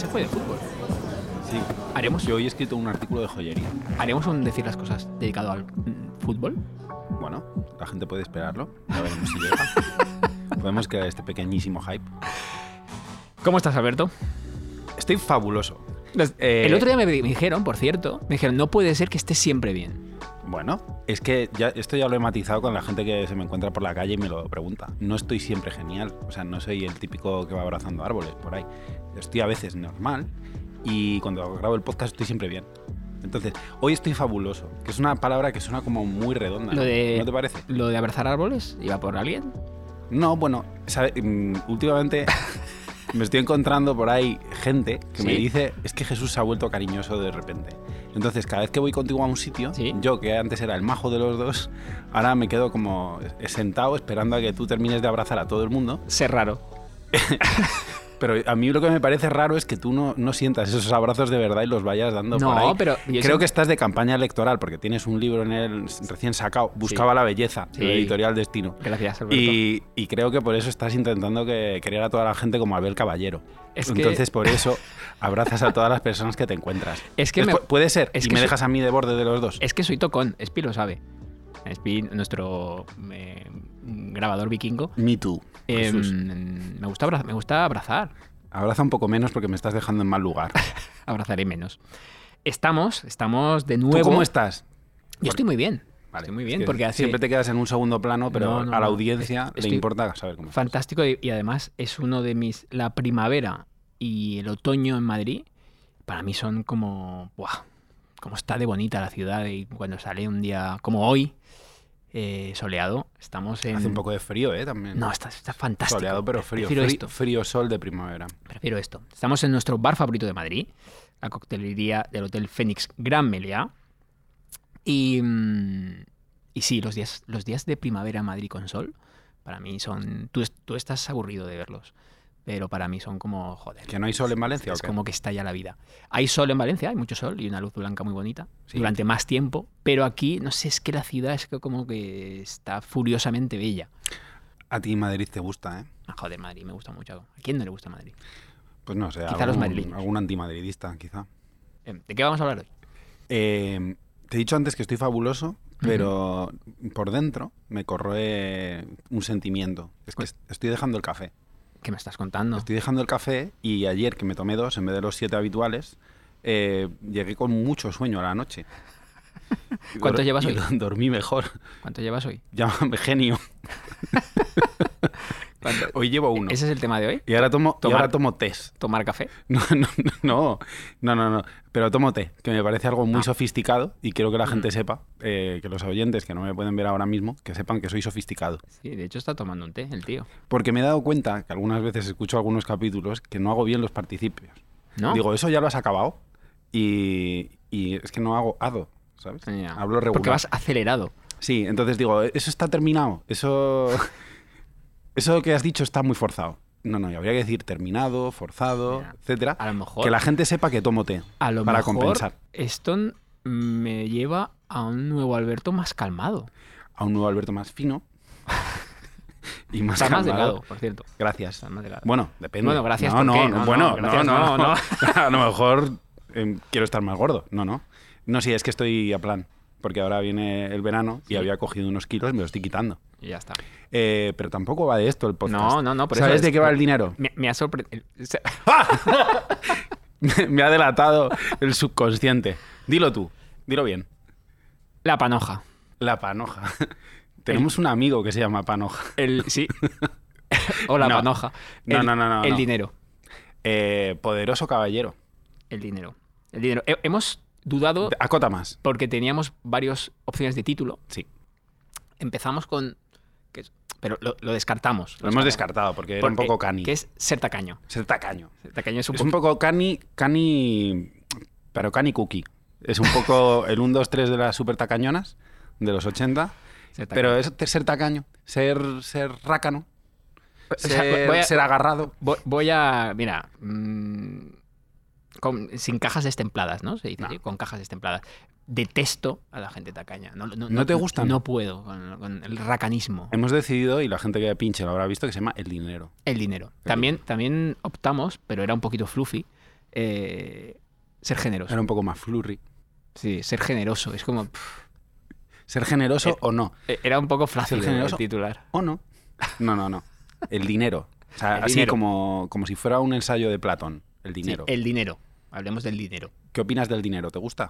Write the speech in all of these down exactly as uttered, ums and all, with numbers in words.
consejo de fútbol. Sí. Haremos, Yo hoy he escrito un artículo de joyería. ¿Haremos un decir las cosas dedicado al mm, fútbol? Bueno, la gente puede esperarlo. Ya veremos si llega. Podemos crear este pequeñísimo hype. ¿Cómo estás, Alberto? Estoy fabuloso. Eh, El otro día me, me dijeron, por cierto, me dijeron, no puede ser que estés siempre bien. Bueno, es que ya, esto ya lo he matizado con la gente que se me encuentra por la calle y me lo pregunta. No estoy siempre genial. O sea, no soy el típico que va abrazando árboles por ahí. Estoy a veces normal y cuando grabo el podcast estoy siempre bien. Entonces, hoy estoy fabuloso, que es una palabra que suena como muy redonda. Lo de, ¿No te parece? ¿Lo de abrazar árboles iba por alguien? No, bueno, ¿sabe? Últimamente me estoy encontrando por ahí gente que ¿Sí? me dice, es que Jesús se ha vuelto cariñoso de repente. Entonces, cada vez que voy contigo a un sitio, ¿Sí? yo, que antes era el majo de los dos, ahora me quedo como sentado esperando a que tú termines de abrazar a todo el mundo. Ser raro. Pero a mí lo que me parece raro es que tú no, no sientas esos abrazos de verdad y los vayas dando No, por ahí. pero yo Creo siempre- que estás de campaña electoral porque tienes un libro en el recién sacado, Buscaba Sí. la belleza, Sí. de la editorial Destino. Gracias, Alberto. Y, y creo que por eso estás intentando que querer a toda la gente como Abel Caballero. Es que- Entonces, por eso abrazas a todas las personas que te encuentras. Es que Es- me- puede ser. es y que me soy- dejas a mí de borde de los dos. Es que soy tocón, Espi lo sabe. Espi, nuestro eh, grabador vikingo. Me too. eh, Jesús. me, gusta abra- me gusta abrazar. Abraza un poco menos porque me estás dejando en mal lugar. Abrazaré menos. Estamos, estamos de ¿Tú nuevo. cómo estás? Yo estoy muy bien. Vale, estoy muy es bien que porque hace siempre te quedas en un segundo plano, pero No, no, a la no. audiencia Es- le estoy importa saber cómo estás. fantástico y, y además es uno de mis... La primavera y el otoño en Madrid para mí son como... ¡Buah! Como está de bonita la ciudad y cuando sale un día como hoy, eh, soleado, estamos en... Hace un poco de frío, ¿eh? También. No, está, está fantástico. Soleado, pero frío. Prefiero Frí- esto. Frío sol de primavera. Prefiero esto. Estamos en nuestro bar favorito de Madrid, la coctelería del Hotel Fénix Gran Meliá. Y, mm, y sí, los días, los días de primavera en Madrid con sol, para mí son... Tú, es- tú estás aburrido de verlos, pero para mí son como... Joder. ¿Que no hay sol en Valencia Es o qué? como que estalla la vida. Hay sol en Valencia, hay mucho sol y una luz blanca muy bonita Sí. durante más tiempo, pero aquí, no sé, es que la ciudad es que como que está furiosamente bella. A ti Madrid te gusta, ¿eh? Ah, joder, Madrid, me gusta mucho. ¿A quién no le gusta Madrid? Pues no sé, Quizá algún, los madrileños. algún antimadridista, quizá. Eh, ¿De qué vamos a hablar hoy? Eh, te he dicho antes que estoy fabuloso, pero por dentro me corroe un sentimiento. Es que est- estoy dejando el café. ¿Qué me estás contando? Estoy dejando el café y ayer, que me tomé dos en vez de los siete habituales, eh, llegué con mucho sueño a la noche. ¿Cuánto Dor- llevas y hoy? Dormí mejor. ¿Cuánto llevas hoy? Llámame genio. ¿Cuánto- Hoy llevo uno. ¿Ese es el tema de hoy? Y ahora tomo, y Tomar- ahora tomo test. ¿Tomar café? No, no, no, no, no, no, pero tomo té, que me parece algo muy Ah. sofisticado y quiero que la gente Mm. sepa, eh, que los oyentes que no me pueden ver ahora mismo, que sepan que soy sofisticado. Sí, de hecho está tomando un té, el tío. Porque me he dado cuenta que algunas veces escucho algunos capítulos que no hago bien los participios. ¿No? Digo, eso ya lo has acabado y, y es que no hago ado, ¿sabes? Ya. Hablo regular. Porque vas acelerado. Sí, entonces digo, eso está terminado, eso, eso que has dicho está muy forzado. No, no, y habría que decir terminado, forzado, Mira, etcétera. a lo mejor- Que la gente sepa que tomo té A lo para mejor compensar. esto me lleva a un nuevo Alberto más calmado. A un nuevo Alberto más fino y más Está más calmado. delgado, por cierto. Gracias. Está más delgado. Bueno, depende. Bueno, gracias, No, ¿por no, qué? no, No, no, bueno, gracias, no, no, no, no. A lo mejor eh, quiero estar más gordo. No, no. No, sí, es que estoy a plan. Porque ahora viene el verano y Sí. había cogido unos kilos y me los estoy quitando. Y ya está. Eh, pero tampoco va de esto el podcast. No, no, no, por eso ¿Sabes es- de qué va el dinero? Me, me ha sorprendido. Me ha delatado el subconsciente. Dilo tú, dilo bien. La panoja. La panoja. Tenemos un amigo que se llama Panoja. El, sí. O la No. panoja. No, El- no, no, no, El no. dinero. Eh, poderoso caballero. El dinero. El dinero. He- hemos dudado Acota más. porque teníamos varias opciones de título. Sí. Empezamos con... que es- pero lo, lo descartamos. Lo hemos descartado porque era un Porque- poco cani. Que es ser tacaño. Ser tacaño. Ser tacaño es un Es poco... un poco cani, cani, pero cani cookie. Es un poco el uno, dos, tres de las super tacañonas de los ochenta. ser tacaño. Pero es te- ser tacaño, ser, ser rácano, O sea, ser, voy a- ser agarrado. Voy, voy a... Mira... mm, con- sin cajas destempladas, ¿no? Se dice, No. ¿sí? Con cajas destempladas. Detesto a la gente tacaña. No, no, ¿No te gustan? No puedo con, con el racanismo. Hemos decidido, y la gente que pinche lo habrá visto, que se llama el dinero. El dinero. También, también optamos, pero era un poquito fluffy, eh, ser generoso. Era un poco más flurry. Sí, ser generoso. Es como... pff, ¿Ser generoso Eh, o no? eh, era un poco flácido ¿Ser generoso? el titular. ¿O no? No, no, no. El dinero. O sea, El así dinero. Como, como si fuera un ensayo de Platón. El Sí, dinero. el dinero. Hablemos del dinero. ¿Qué opinas del dinero? ¿Te gusta?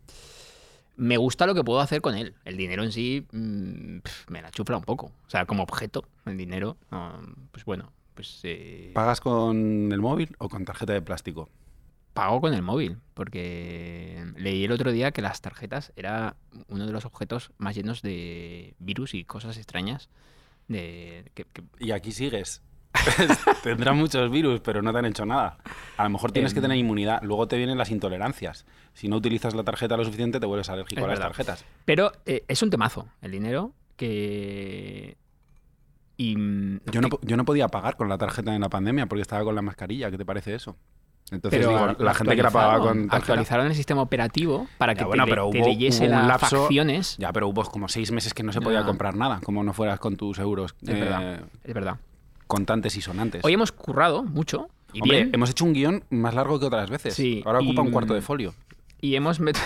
Me gusta lo que puedo hacer con él. El dinero en sí mm, pf, me la chufla un poco. O sea, como objeto, el dinero, no, pues bueno, pues eh, ¿Pagas con el móvil o con tarjeta de plástico? pago con el móvil. Porque leí el otro día que las tarjetas era uno de los objetos más llenos de virus y cosas extrañas. De, que, que- Y aquí sigues. Tendrás muchos virus, pero no te han hecho nada. A lo mejor tienes Em. que tener inmunidad. Luego te vienen las intolerancias. Si no utilizas la tarjeta lo suficiente, te vuelves alérgico Es a las verdad. tarjetas. Pero eh, es un temazo, el dinero, que... Y, mm, Yo no, que- po- yo no podía pagar con la tarjeta en la pandemia porque estaba con la mascarilla. ¿Qué te parece eso? Entonces, pero digo, la gente que la pagaba con actualizaron- tarjeta... actualizaron el sistema operativo para Ya, que bueno, te, pero te hubo- leyese hubo un las lapso- facciones. Ya, pero hubo como seis meses que no se podía Ya. comprar nada, como no fueras con tus euros Es eh, verdad, es verdad. contantes y sonantes. Hoy hemos currado mucho y Hombre, bien, hemos hecho un guión más largo que otras veces. Sí, Ahora ocupa y- un cuarto de folio. y hemos met-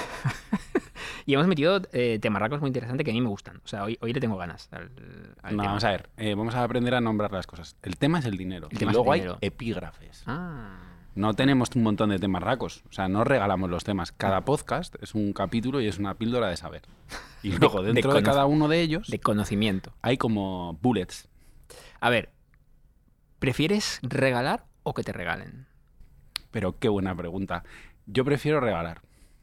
y hemos metido eh, temarracos muy interesantes que a mí me gustan. O sea, hoy, hoy le tengo ganas al, al No, tema. vamos a ver, eh, vamos a aprender a nombrar las cosas. El tema es el dinero. El y tema es luego el hay dinero. epígrafes. Ah, No tenemos un montón de temas racos. O sea, no regalamos los temas. Cada podcast es un capítulo y es una píldora de saber. Y luego, de dentro de, conoc- cada uno de ellos, de conocimiento. hay como bullets. A ver, ¿prefieres regalar o que te regalen? Pero qué buena pregunta. Yo prefiero regalar.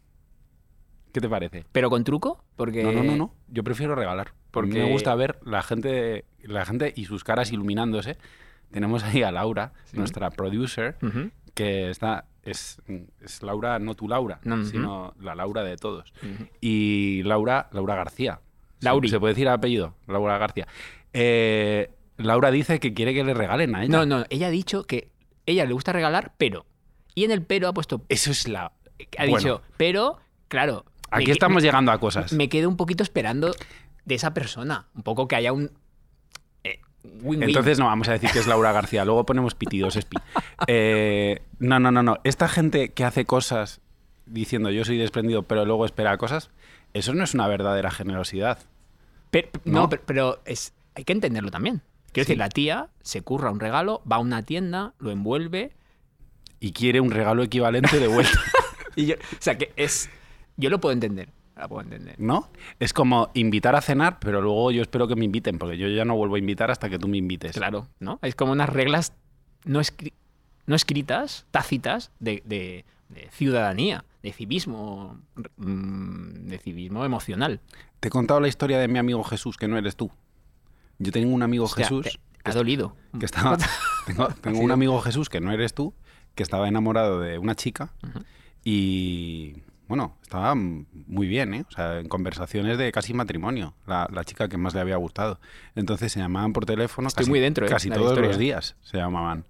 ¿Qué te parece? ¿Pero con truco? Porque... No, no, no, no. Yo prefiero regalar. Porque Porque- me gusta ver la gente, la gente y sus caras iluminándose. Tenemos ahí a Laura, Sí. nuestra producer, Ujú, que está es, es Laura, no tu Laura, Ujú. sino la Laura de todos. ujú. Y Laura, Laura García. ¿Se- Lauri. ¿Se puede decir apellido? Laura García. Eh, Laura dice que quiere que le regalen a ella. No, no, ella ha dicho que ella le gusta regalar, pero. Y en el pero ha puesto. Eso es la... Ha Bueno. dicho, pero, claro. me Aquí que- estamos me- llegando a cosas. Me quedo un poquito esperando de esa persona. Un poco que haya un. eh, win-win. Entonces no vamos a decir que es Laura García, luego ponemos pitidos, espi. Eh, no, no, no, no. Esta gente que hace cosas diciendo yo soy desprendido, pero luego espera cosas, eso no es una verdadera generosidad. Pero- no, ¿no? pero, pero es, hay que entenderlo también. Quiero Sí. decir, la tía se curra un regalo, va a una tienda, lo envuelve. Y quiere un regalo equivalente de vuelta, Y yo, o sea, que es. Yo lo puedo entender. La puedo entender. ¿no? Es como invitar a cenar, pero luego yo espero que me inviten, porque yo ya no vuelvo a invitar hasta que tú me invites. Claro, ¿no? Es como unas reglas no, escri- no escritas, tácitas, de, de- de ciudadanía, de civismo, mm, de civismo emocional. Te he contado la historia de mi amigo Jesús, que no eres tú. Yo tengo un amigo Hostia, Jesús te- ha dolido. que estaba... Tengo, tengo un amigo Jesús, que no eres tú, que estaba enamorado de una chica Ujú. y... Bueno, estaba muy bien, ¿eh? O sea, en conversaciones de casi matrimonio, la, la chica que más le había gustado. Entonces se llamaban por teléfono Estoy casi, muy dentro, ¿eh? casi de la todos historia. los días, se llamaban.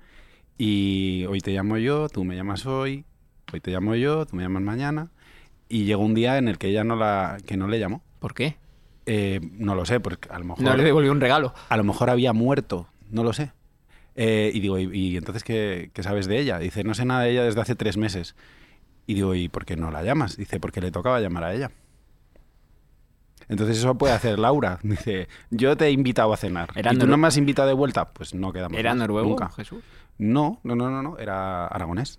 Y hoy te llamo yo, tú me llamas hoy, hoy te llamo yo, tú me llamas mañana. Y llegó un día en el que ella no la, que no le llamó. ¿Por qué? Eh, no lo sé, porque a lo mejor, No le devolvió un regalo. a lo mejor había muerto, no lo sé. Eh, y digo, ¿y, y entonces qué, qué sabes de ella? Dice, no sé nada de ella desde hace tres meses. Y digo, ¿y por qué no la llamas? Dice, porque le tocaba llamar a ella. Entonces eso puede hacer Laura. Dice, yo te he invitado a cenar. Era ¿Y tú noru- no me has invitado de vuelta? Pues no quedamos ¿Era más, noruego, Nunca. Jesús? No, no, no, no, no. Era aragonés.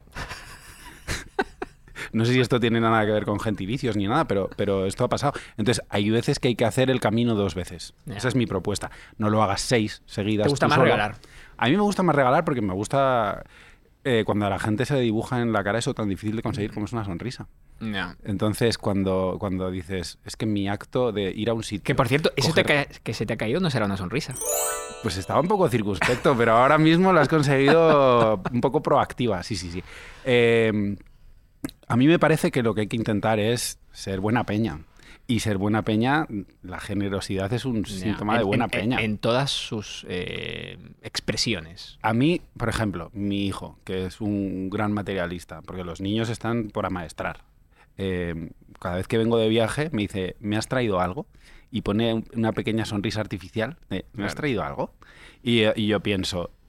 No sé si esto tiene nada que ver con gentilicios ni nada, pero, pero esto ha pasado. Entonces, hay veces que hay que hacer el camino dos veces. Ya. Esa es mi propuesta. No lo hagas seis seguidas. ¿Te gusta tú más solo. regalar? A mí me gusta más regalar porque me gusta eh, cuando a la gente se le dibuja en la cara eso tan difícil de conseguir como es una sonrisa. No. Entonces, cuando, cuando dices, es que mi acto de ir a un sitio... Que por cierto, eso te coger- ca- que se te ha caído no será una sonrisa. Pues estaba un poco circunspecto, pero ahora mismo lo has conseguido un poco proactiva. Sí, sí, sí. Eh, a mí me parece que lo que hay que intentar es ser buena peña. Y ser buena peña, la generosidad es un síntoma En- de buena en- peña. En, en todas sus eh, expresiones. A mí, por ejemplo, mi hijo, que es un gran materialista, porque los niños están por amaestrar. Eh, cada vez que vengo de viaje me dice, ¿me has traído algo? Y pone un- una pequeña sonrisa artificial de, ¿me has Claro. traído algo? Y, eh, y yo pienso,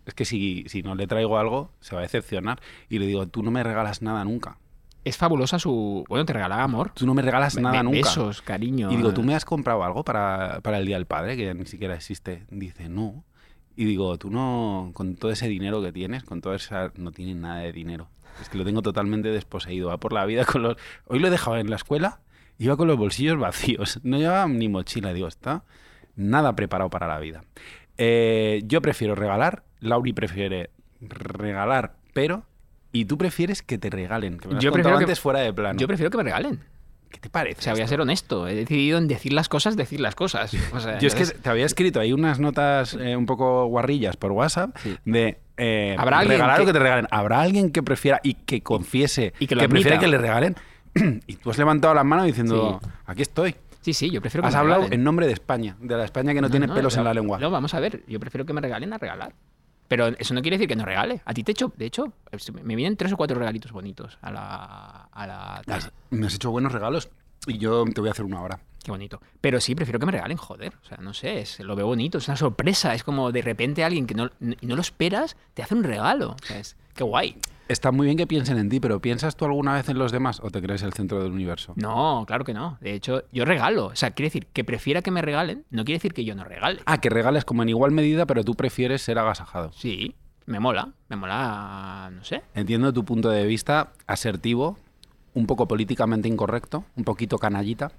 es que si, si no le traigo algo, se va a decepcionar. Y le digo, tú no me regalas nada nunca. Es fabulosa su... Bueno, te regalaba amor. Tú no me regalas Be- nada be- nunca. Besos, cariño. Y digo, ¿tú me has comprado algo para, para el Día del Padre, que ya ni siquiera existe? Dice, no. Y digo, tú no, con todo ese dinero que tienes, con toda esa... No tienes nada de dinero. Es que lo tengo totalmente desposeído. Va por la vida con los... Hoy lo he dejado en la escuela, iba con los bolsillos vacíos. No llevaba ni mochila. Digo, está nada preparado para la vida. Eh, yo prefiero regalar, Lauri prefiere regalar, pero... Y tú prefieres que te regalen, que me lo has Yo contado prefiero que- antes fuera de plano. Yo prefiero que me regalen. ¿Qué te parece? O sea, voy a esto? ser honesto. He decidido en decir las cosas, decir las cosas. O sea, Yo es que entonces- te había escrito ahí unas notas eh, un poco guarrillas por WhatsApp Sí. de eh, ¿Habrá alguien regalar que- o que te regalen. ¿Habrá alguien que prefiera y que confiese y que lo prefiere admita? que le regalen? Y tú has levantado las manos diciendo, Sí. aquí estoy. Sí, sí, yo prefiero que Has me hablado regalen. en nombre de España, de la España que no, No, tiene no, pelos no, en la lengua. No, vamos a ver. Yo prefiero que me regalen a regalar. Pero eso no quiere decir que no regale. A ti te echo, de hecho, me vienen tres o cuatro regalitos bonitos a la... A la Has- Me has hecho buenos regalos y yo te voy a hacer una hora. Qué bonito. Pero sí, prefiero que me regalen, joder. O sea, no sé, es, lo veo bonito, es una sorpresa. Es como de repente alguien que no, y no lo esperas te hace un regalo. O sea, es, qué guay. Está muy bien que piensen en ti, pero ¿piensas tú alguna vez en los demás o te crees el centro del universo? No, claro que no. De hecho, yo regalo. O sea, quiere decir que prefiera que me regalen, no quiere decir que yo no regale. Ah, que regales como en igual medida, pero tú prefieres ser agasajado. Sí, me mola. Me mola, no sé. Entiendo tu punto de vista asertivo, un poco políticamente incorrecto, un poquito canallita,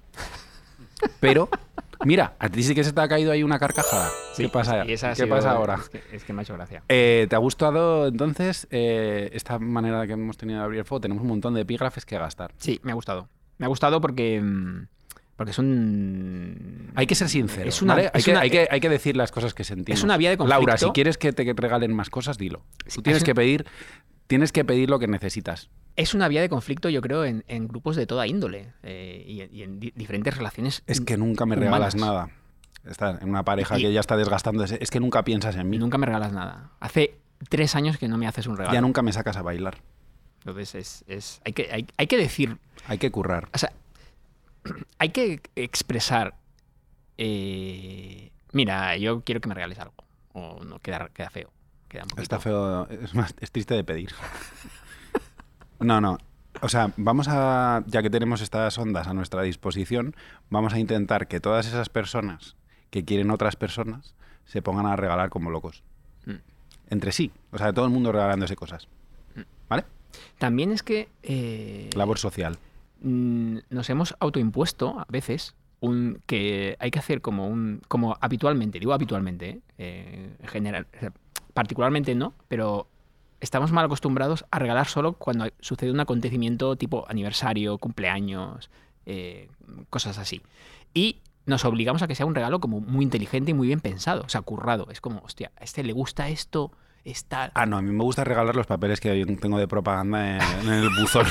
pero mira, a ti sí que se te ha caído ahí una carcajada. Sí, ¿Qué pasa, y esa ha ¿Qué sido- pasa ahora? Es que, es que me ha hecho gracia. Eh, ¿Te ha gustado entonces eh, esta manera que hemos tenido de abrir el fuego? Tenemos un montón de epígrafes que gastar. Sí, me ha gustado. Me ha gustado porque... mm, Porque es un... Hay que ser sincero, Es una- ¿vale? Hay, es que, una- hay, que, hay que decir las cosas que sentimos. Es una vía de conflicto. Laura, si quieres que te regalen más cosas, dilo. Tú tienes es que un- pedir, tienes que pedir lo que necesitas. Es una vía de conflicto, yo creo, en, en grupos de toda índole eh, y, en- y en di- diferentes relaciones. Es que nunca me humanas. regalas nada. Estás en una pareja Y- que ya está desgastándose. Es que nunca piensas en mí. Nunca me regalas nada. Hace tres años que no me haces un regalo. Ya nunca me sacas a bailar. Entonces, es, es- hay, que, hay, hay que decir... Hay que currar. O sea, hay que expresar... eh, mira, yo quiero que me regales algo. O no, queda, queda feo. Queda un poquito- Está feo. Es, más, es triste de pedir. No, no. O sea, vamos a, ya que tenemos estas ondas a nuestra disposición, vamos a intentar que todas esas personas que quieren otras personas se pongan a regalar como locos. Mm. Entre sí. O sea, todo el mundo regalándose cosas. ¿Vale? También es que... eh, Labor social. mm, nos hemos autoimpuesto a veces un que hay que hacer como un como habitualmente, digo habitualmente, ¿eh? Eh, en general, o sea, particularmente no, pero estamos mal acostumbrados a regalar solo cuando sucede un acontecimiento tipo aniversario, cumpleaños, eh, cosas así. Y nos obligamos a que sea un regalo como muy inteligente y muy bien pensado, o sea, currado. Es como, hostia, a este le gusta esto, está... Ah, no, a mí me gusta regalar los papeles que tengo de propaganda en, en el buzón.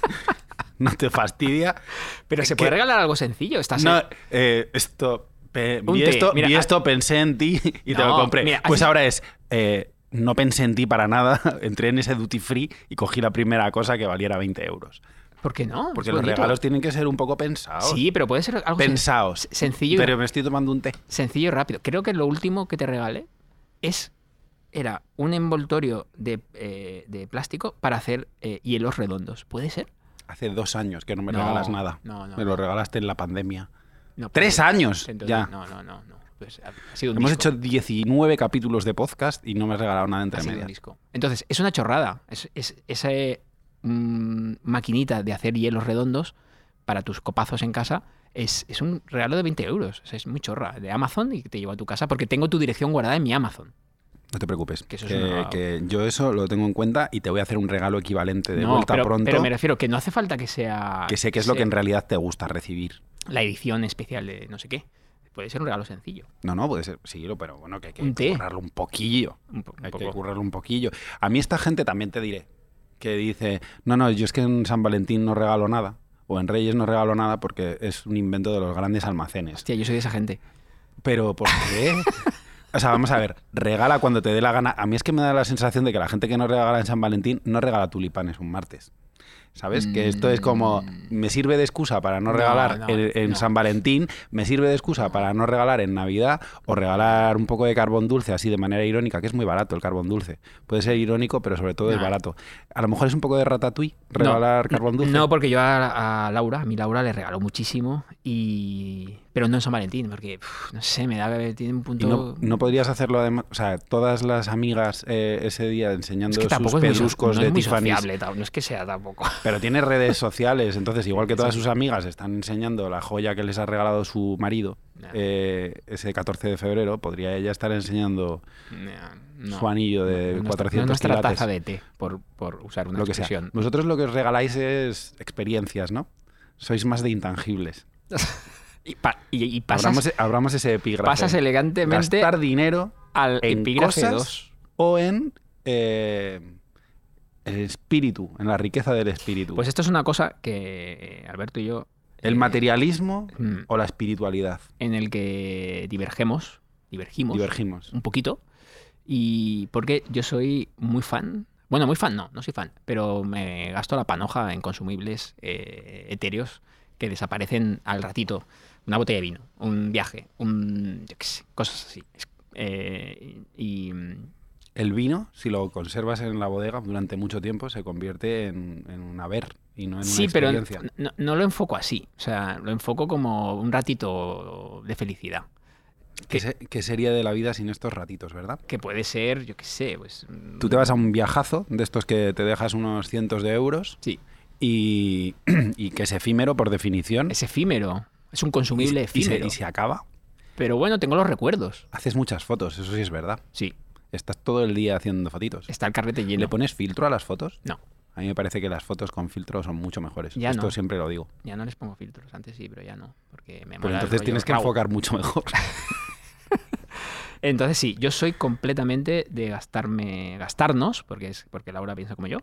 ¿No te fastidia? Pero se que- puede regalar algo sencillo. Estás No, eh, esto, pe- Un vi, té, esto mira, vi ha- esto, pensé en ti y te No, lo compré. mira, pues así- ahora es, eh, no pensé en ti para nada, entré en ese duty free y cogí la primera cosa que valiera veinte euros. ¿Por qué no? Porque Es los bonito. regalos tienen que ser un poco pensados. Sí, pero puede ser algo sen- pensados. sencillo, Pero me estoy tomando un té. sencillo y rápido. Creo que lo último que te regalé es era un envoltorio de, eh, de plástico para hacer eh, hielos redondos. ¿Puede ser? Hace dos años que no me No, regalas nada. no, no, me lo regalaste en la pandemia. No, ¡Tres pues, años! entonces, ya. No, no, no, no. Pues ha ha sido un Hemos disco. hecho diecinueve capítulos de podcast y no me has regalado nada entre Ha sido un medias. disco. Entonces, es una chorrada. Es, es- esa eh, mm, maquinita de hacer hielos redondos para tus copazos en casa es, es un regalo de veinte euros. O sea, es muy chorra. De Amazon y que te llevo a tu casa porque tengo tu dirección guardada en mi Amazon. No te preocupes, Que que, eso es una- que yo eso lo tengo en cuenta y te voy a hacer un regalo equivalente de No, vuelta pero, pronto, pero me refiero que no hace falta que sea... que sé que es lo que en realidad te gusta recibir. La edición especial de no sé qué. Puede ser un regalo sencillo. No, no, puede ser, sí, pero bueno, que hay Un té. que currarlo un poquillo. Un, po- un Hay que poco. currarlo un poquillo. A mí esta gente también te diré, que dice, no, no, yo es que en San Valentín no regalo nada, o en Reyes no regalo nada porque es un invento de los grandes almacenes. Hostia, yo soy de esa gente. Pero ¿por qué? O sea, vamos a ver, regala cuando te dé la gana. A mí es que me da la sensación de que la gente que no regala en San Valentín no regala tulipanes un martes. ¿Sabes? Que esto es como, me sirve de excusa para no regalar no, en, en no. San Valentín, me sirve de excusa para no regalar en Navidad o regalar un poco de carbón dulce así de manera irónica, que es muy barato el carbón dulce. Puede ser irónico, pero sobre todo es No. barato. A lo mejor es un poco de ratatouille regalar No, carbón dulce. No, porque yo a, a Laura, a mi Laura le regaló muchísimo, y pero no en San Valentín, porque uf, no sé, me da que tiene un Y punto... no, no podrías hacerlo además, o sea, todas las amigas eh, ese día enseñando es que tampoco sus es muy, so- pedruscos no de es muy Tiffany's. sociable, ta- no es que sea tampoco. Pero tiene redes sociales, entonces igual que todas Sí. sus amigas están enseñando la joya que les ha regalado su marido No. eh, ese catorce de febrero, podría ella estar enseñando No, su anillo de no, no es- no es cuatrocientos nuestra quilates, taza de té, por, por usar una lo que sea. expresión. Vosotros lo que os regaláis es experiencias, ¿no? Sois más de intangibles. Y, pa- y- y pasas, Abramos, abramos ese epígrafe. pasas elegantemente Gastar dinero al en epígrafe cosas dos. o en eh, el espíritu, en la riqueza del espíritu. Pues esto es una cosa que eh, Alberto y yo... ¿El eh, materialismo mm, o la espiritualidad? en el que divergemos, divergimos Divergimos. un poquito, y porque yo soy muy fan, bueno, muy fan no, no soy fan, pero me gasto la panoja en consumibles eh, etéreos que desaparecen al ratito. Una botella de vino, un viaje, un yo qué sé, cosas así. Es- eh, y El vino, si lo conservas en la bodega durante mucho tiempo, se convierte en, en un haber y no en sí, una pero experiencia. no, no lo enfoco así, o sea, lo enfoco como un ratito de felicidad. ¿Qué, se- qué sería de la vida sin estos ratitos, verdad? Que puede ser, yo qué sé, pues... Tú te vas a un viajazo de estos que te dejas unos cientos de euros Sí, y, y que es efímero por definición. es efímero, es un y, consumible y se, efímero. y se acaba. Pero bueno, tengo los recuerdos. Haces muchas fotos, eso sí es verdad. Sí, Estás todo el día haciendo fotitos. está el carrete lleno. ¿Le pones filtro a las fotos? No, A mí me parece que las fotos con filtro son mucho mejores. Ya Esto no. siempre lo digo. ya no les pongo filtros. Antes sí, pero ya no. Porque me Pero mola el entonces rollo tienes que raw. enfocar mucho mejor. Entonces sí, yo soy completamente de gastarme, gastarnos, porque es porque Laura piensa como yo,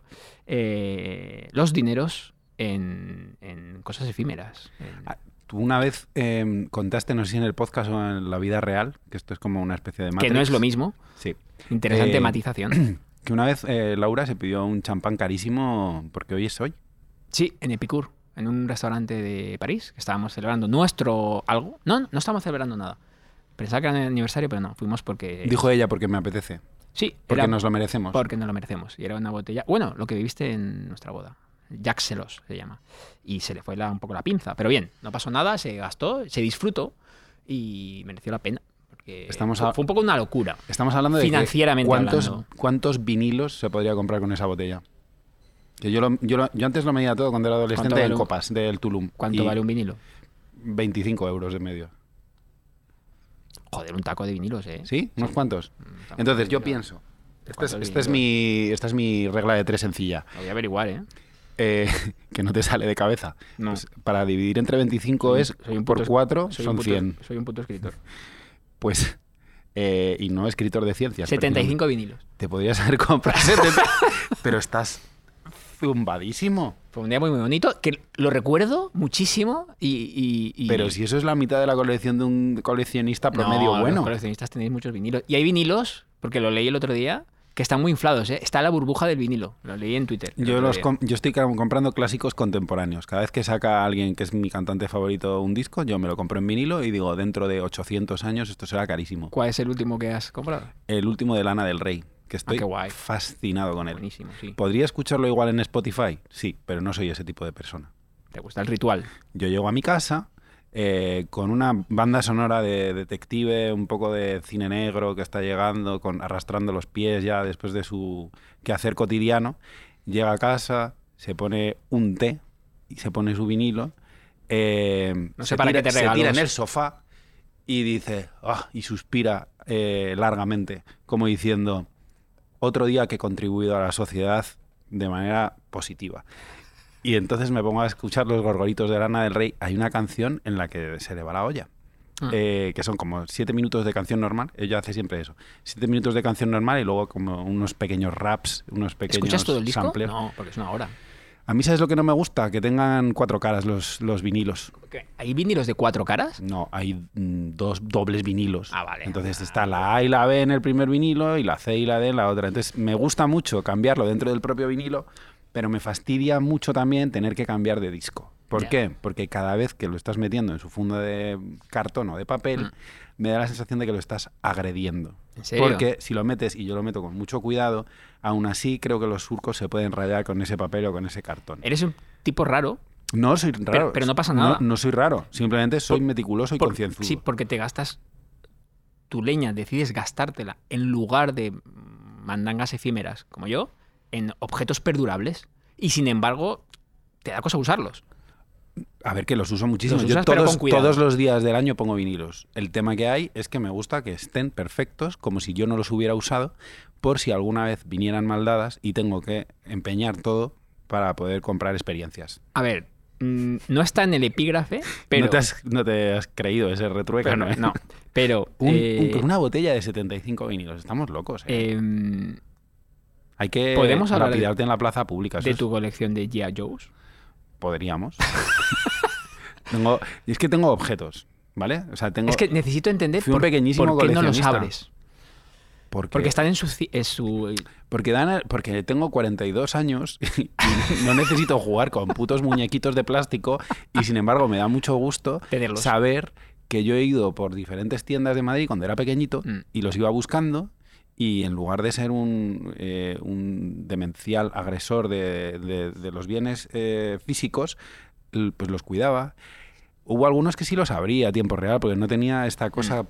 eh, los dineros en, en cosas efímeras. en- Ah, Tú una vez eh, contaste, no sé si en el podcast o en la vida real, que esto es como una especie de Matrix. que no es lo mismo. Sí. Interesante Eh, matización. Que una vez eh, Laura se pidió un champán carísimo porque hoy es hoy. Sí, en Epicur, en un restaurante de París, que estábamos celebrando nuestro algo. No, no estábamos celebrando nada. Pensaba que era el aniversario, pero no, fuimos porque... Dijo ella porque me apetece. sí, Porque era nos lo merecemos. porque nos lo merecemos. Y era una botella... Bueno, lo que viviste en nuestra boda. Jack Celos se llama. Y se le fue la- un poco la pinza. Pero bien, no pasó nada, se gastó, se disfrutó y mereció la pena. Porque Estamos fue, a- fue un poco una locura. Estamos hablando de que Financieramente cuántos, hablando. cuántos vinilos se podría comprar con esa botella. Que yo, lo- yo, lo- yo antes lo medía todo cuando era adolescente ¿Cuánto en vale un- copas del Tulum. ¿Cuánto Y vale un vinilo? veinticinco euros de medio. Joder, un taco de vinilos, ¿eh? ¿Sí? ¿Unos cuantos? Un taco Entonces de yo vinilo. pienso. Esta ¿Cuántos es, esta es vinilos? mi, esta es mi regla de tres sencilla. Lo voy a averiguar, ¿eh? eh, que no te sale de cabeza. No. Pues para dividir entre veinticinco Soy un- es soy un por puto es- cuatro soy un son puto- cien. Soy un puto escritor. Pues, eh, y no escritor de ciencias. setenta y cinco vinilos. precisamente. Te podrías haber comprado setenta, pero estás zumbadísimo. Fue un día muy, muy bonito, que lo recuerdo muchísimo y... y- y- Pero si eso es la mitad de la colección de un coleccionista No, promedio los bueno. coleccionistas tenéis muchos vinilos. Y hay vinilos, porque lo leí el otro día, que están muy inflados, ¿eh? Está la burbuja del vinilo. Lo leí en Twitter. el Yo, otro los día. com- yo estoy ca- comprando clásicos contemporáneos. Cada vez que saca alguien que es mi cantante favorito un disco, yo me lo compro en vinilo y digo, dentro de ochocientos años esto será carísimo. ¿Cuál es el último que has comprado? El último de Lana del Rey, que estoy qué guay. fascinado con él. Buenísimo, sí. ¿Podría escucharlo igual en Spotify? Sí, pero no soy ese tipo de persona. ¿Te gusta el ritual? Yo llego a mi casa eh, con una banda sonora de detective, un poco de cine negro que está llegando, con, arrastrando los pies ya después de su quehacer cotidiano. Llega a casa, se pone un té y se pone su vinilo. eh, No sé se para tira, qué te se tira regalos. en el sofá y dice, "Ah", y suspira eh, largamente, como diciendo, otro día que he contribuido a la sociedad de manera positiva. Y entonces me pongo a escuchar los gorgoritos de Lana del Rey. Hay una canción en la que se le va la olla. Ah. Eh, que son como siete minutos de canción normal. Ella hace siempre eso. Siete minutos de canción normal y luego como unos pequeños raps, unos pequeños ¿Escuchas todo el disco? samplers. No, porque es una hora. A mí, ¿sabes lo que no me gusta? Que tengan cuatro caras los, los vinilos. ¿Hay vinilos de cuatro caras? No, hay mm, dos dobles vinilos. Ah, vale. Entonces está la A y la B en el primer vinilo y la C y la D en la otra. Entonces me gusta mucho cambiarlo dentro del propio vinilo Pero me fastidia mucho también tener que cambiar de disco. ¿Por Ya. qué? Porque cada vez que lo estás metiendo en su funda de cartón o de papel, Mm. me da la sensación de que lo estás agrediendo. ¿En serio? Porque si lo metes, y yo lo meto con mucho cuidado, aún así creo que los surcos se pueden rayar con ese papel o con ese cartón. Eres un tipo raro. No soy raro. pero no pasa nada. No, no soy raro. Simplemente soy Por- meticuloso y por- concienzudo. Sí, porque te gastas tu leña, decides gastártela en lugar de mandangas efímeras, como yo, en objetos perdurables. Y sin embargo, te da cosa usarlos. A ver, que los uso muchísimo. Los Yo usas, pero todos, con cuidado. todos los días del año pongo vinilos. El tema que hay es que me gusta que estén perfectos, como si yo no los hubiera usado, por si alguna vez vinieran mal dadas y tengo que empeñar todo para poder comprar experiencias. A ver, mm, no está en el epígrafe, pero... no, te has, no te has creído ese retruécano, pero- ¿eh? no, pero... Un- eh, un- una botella de setenta y cinco vinilos. Estamos locos, ¿eh? em, Hay que ¿podemos hablar de- lapidarte en la plaza pública. Eso de es- tu colección de G I. Joes. Podríamos. tengo, y es que tengo objetos, ¿vale? O sea, tengo... Es que necesito entender Fui un por, pequeñísimo por qué no los coleccionista. abres. ¿Por qué? Porque están en su... ci- en su Porque, dan, porque tengo cuarenta y dos años y no necesito jugar con putos muñequitos de plástico y sin embargo me da mucho gusto Tenerlos. saber que yo he ido por diferentes tiendas de Madrid cuando era pequeñito Mm. y los iba buscando y en lugar de ser un, eh, un demencial agresor de, de- de los bienes eh, físicos, l- pues los cuidaba. Hubo algunos que sí los abría a tiempo real porque no tenía esta cosa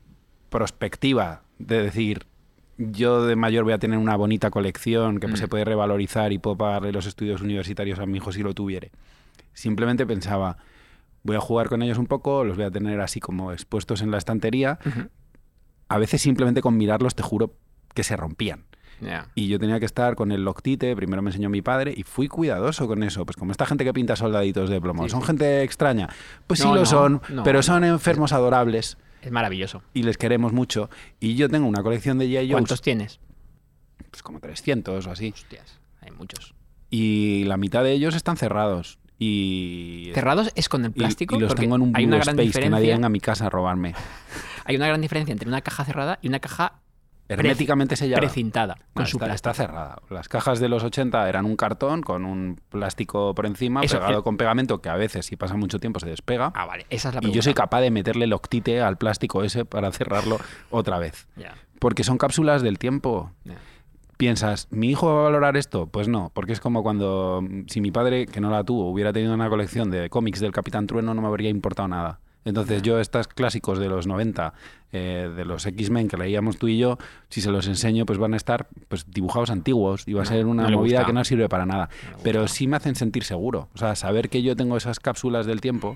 prospectiva de decir... Yo de mayor voy a tener una bonita colección que pues, Mm. se puede revalorizar y puedo pagarle los estudios universitarios a mi hijo si lo tuviere. Simplemente pensaba, voy a jugar con ellos un poco, los voy a tener así como expuestos en la estantería. Ujú. A veces simplemente con mirarlos te juro que se rompían. Ya. Y yo tenía que estar con el loctite, primero me enseñó mi padre y fui cuidadoso con eso. Pues como esta gente que pinta soldaditos de plomo, Sí, ¿son sí. gente extraña? Pues sí No, lo no, son, no, pero no. son enfermos adorables Es maravilloso. y les queremos mucho. Y yo tengo una colección de G I. Joes, ¿Cuántos tienes? pues como trescientos o así. Hostias, hay muchos. Y la mitad de ellos están cerrados. Y, Cerrados es con el y- plástico. y los porque tengo en un hay una blue gran space, que nadie diferencia. venga a mi casa a robarme. Hay una gran diferencia entre una caja cerrada y una caja Herméticamente sellada. precintada con No, su está, plástico. está cerrada. Las cajas de los ochenta eran un cartón con un plástico por encima, Eso, pegado el- con pegamento que a veces, si pasa mucho tiempo, se despega. Ah, vale. Esa es la y pregunta. yo soy capaz de meterle el octite al plástico ese para cerrarlo otra vez. Ya, Porque son cápsulas del tiempo. ya. ¿Piensas, mi hijo va a valorar esto? Pues no, porque es como cuando, mm, si mi padre, que no la tuvo, hubiera tenido una colección de cómics del Capitán Trueno, no me habría importado nada. Entonces yo estos clásicos de los noventa, eh, de los X-Men que leíamos tú y yo, si se los enseño, pues van a estar pues dibujados antiguos y va a No, ser una no le movida gusta. que no sirve para nada. No le Pero gusta. sí me hacen sentir seguro. O sea, saber que yo tengo esas cápsulas del tiempo,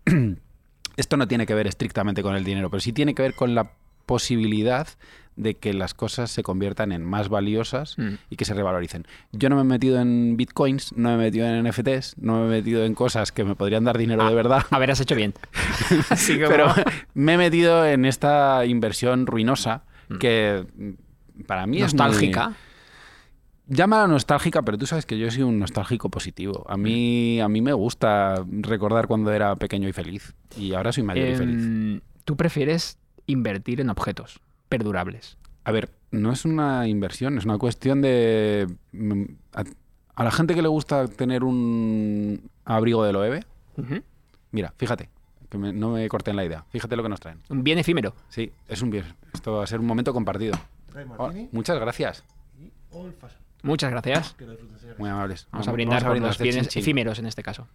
esto no tiene que ver estrictamente con el dinero, pero sí tiene que ver con la posibilidad de que las cosas se conviertan en más valiosas Mm. y que se revaloricen. Yo no me he metido en bitcoins, no me he metido en N F Ts, no me he metido en cosas que me podrían dar dinero de verdad, A ver, has hecho bien. Así que pero bueno, me he metido en esta inversión ruinosa que mm, para mí nostálgica. es muy... Llámala nostálgica, pero tú sabes que yo soy un nostálgico positivo. A mí, a mí me gusta recordar cuando era pequeño y feliz. Y ahora soy mayor y feliz. Em, Tú prefieres invertir en objetos perdurables. A ver, no es una inversión, es una cuestión de... mm, A, a la gente que le gusta tener un abrigo de Loewe, Ujú. mira, fíjate, que me- no me corten la idea. Fíjate lo que nos traen. Un bien efímero. Sí, es un bien. Esto va a ser un momento compartido. Trae Oh, martini muchas gracias. y old fashion. Muchas gracias. Que lo disfruten, señores. Muy amables. Vamos a brindar por los hacer bienes chin chin efímeros en este caso.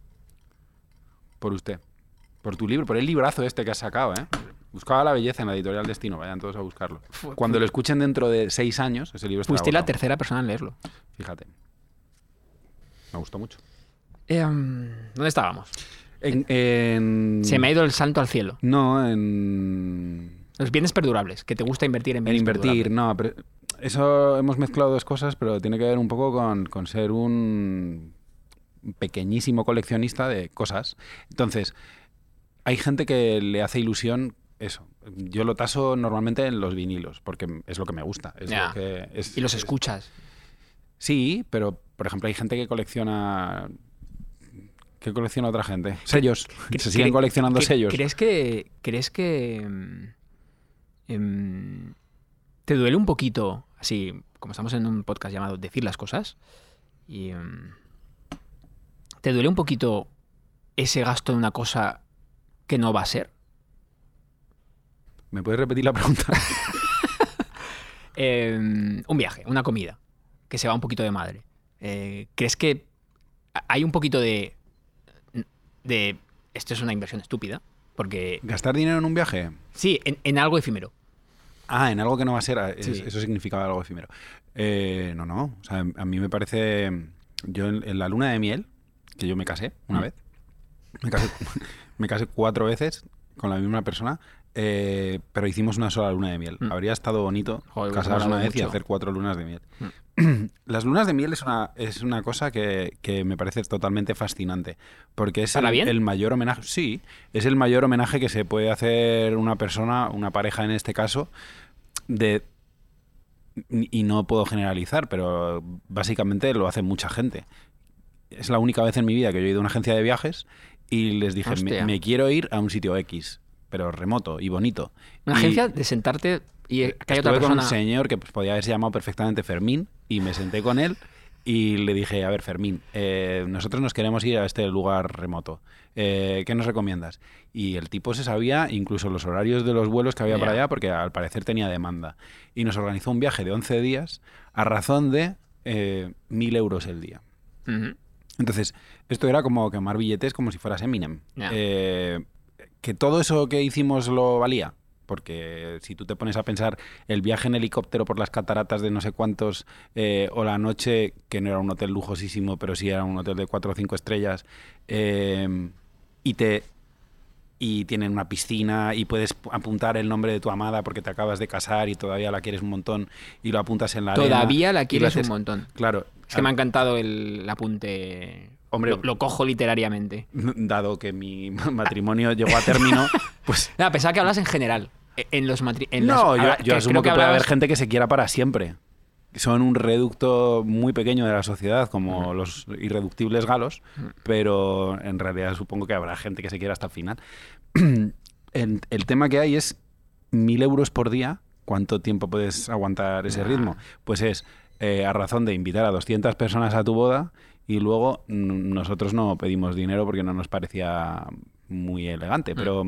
por usted. Por tu libro, por el librazo este que has sacado, ¿eh? Buscaba la belleza en la editorial Destino, vayan todos a buscarlo. Fu- Cuando lo escuchen dentro de seis años, ese libro estará Fuiste la agotado. tercera persona en leerlo. Fíjate. Me gustó mucho. Em, ¿Dónde estábamos? En, en- Se me ha ido el salto al cielo. No, en... Los bienes perdurables, que te gusta invertir en En bienes invertir, perdurables. no, pero eso hemos mezclado dos cosas, pero tiene que ver un poco con, con ser un pequeñísimo coleccionista de cosas. Entonces, hay gente que le hace ilusión eso. Yo lo taso normalmente en los vinilos, porque es lo que me gusta. Es Ya. lo que es- Y los es- escuchas. Sí, pero por ejemplo hay gente que colecciona... ¿Qué colecciona otra gente? Sellos. Se siguen cre- coleccionando cre- sellos. ¿Crees que, crees que em, em, te duele un poquito, así como estamos en un podcast llamado Decir las cosas, Y, um, ¿te duele un poquito ese gasto en una cosa que no va a ser? ¿Me puedes repetir la pregunta? eh, un viaje, una comida, que se va un poquito de madre. Eh, ¿Crees que hay un poquito de, de... Esto es una inversión estúpida? Porque... ¿Gastar dinero en un viaje? Sí, en, en algo efímero. Ah, en algo que no va a ser. Es, Sí. Eso significaba algo efímero. Eh, no, no. O sea, a mí me parece... Yo en, en la luna de miel, que yo me casé una Mm. vez, me casé, me casé cuatro veces con la misma persona, eh, pero hicimos una sola luna de miel. Mm. Habría estado bonito Joder, casarse pues una mola vez y mucho. hacer cuatro lunas de miel. Las lunas de miel es una, es una cosa que, que me parece totalmente fascinante. Porque es ¿Para el, bien? el mayor homenaje. Sí, es el mayor homenaje que se puede hacer una persona, una pareja en este caso, de. Y no puedo generalizar, pero básicamente lo hace mucha gente. Es la única vez en mi vida que yo he ido a una agencia de viajes y les dije, me, Hostia. me quiero ir a un sitio X, pero remoto y bonito. Una Y agencia de sentarte y que hay otra estuve con persona... un señor que pues, podía haberse llamado perfectamente Fermín y me senté con él y le dije, a ver, Fermín, eh, nosotros nos queremos ir a este lugar remoto. Eh, ¿Qué nos recomiendas? Y el tipo se sabía incluso los horarios de los vuelos que había para Ya. allá porque al parecer tenía demanda. Y nos organizó un viaje de once días a razón de eh, mil euros el día. Ujú. Entonces, esto era como quemar billetes como si fueras Eminem. Ya. Eh, que todo eso que hicimos lo valía. Porque si tú te pones a pensar el viaje en helicóptero por las cataratas de no sé cuántos, eh, o la noche, que no era un hotel lujosísimo, pero sí era un hotel de cuatro o cinco estrellas, eh, y te y tienen una piscina y puedes apuntar el nombre de tu amada porque te acabas de casar y todavía la quieres un montón y lo apuntas en la arena. Todavía la y lo quieres haces- un montón. Claro. Es que me ha encantado el, el apunte. Hombre. lo, lo cojo literariamente. Dado que mi matrimonio llegó a término, pues... Nada, pensaba que hablas en general. E- En los matri- en No, las- yo, habla- yo que asumo creo que, puede haber hablabas- gente que se quiera para siempre. Son un reducto muy pequeño de la sociedad, como los irreductibles galos, pero en realidad supongo que habrá gente que se quiera hasta el final. el, el tema que hay es mil euros por día. ¿Cuánto tiempo puedes aguantar ese Ah. ritmo? Pues es eh, a razón de invitar a doscientas personas a tu boda y luego mm, nosotros no pedimos dinero porque no nos parecía muy elegante, pero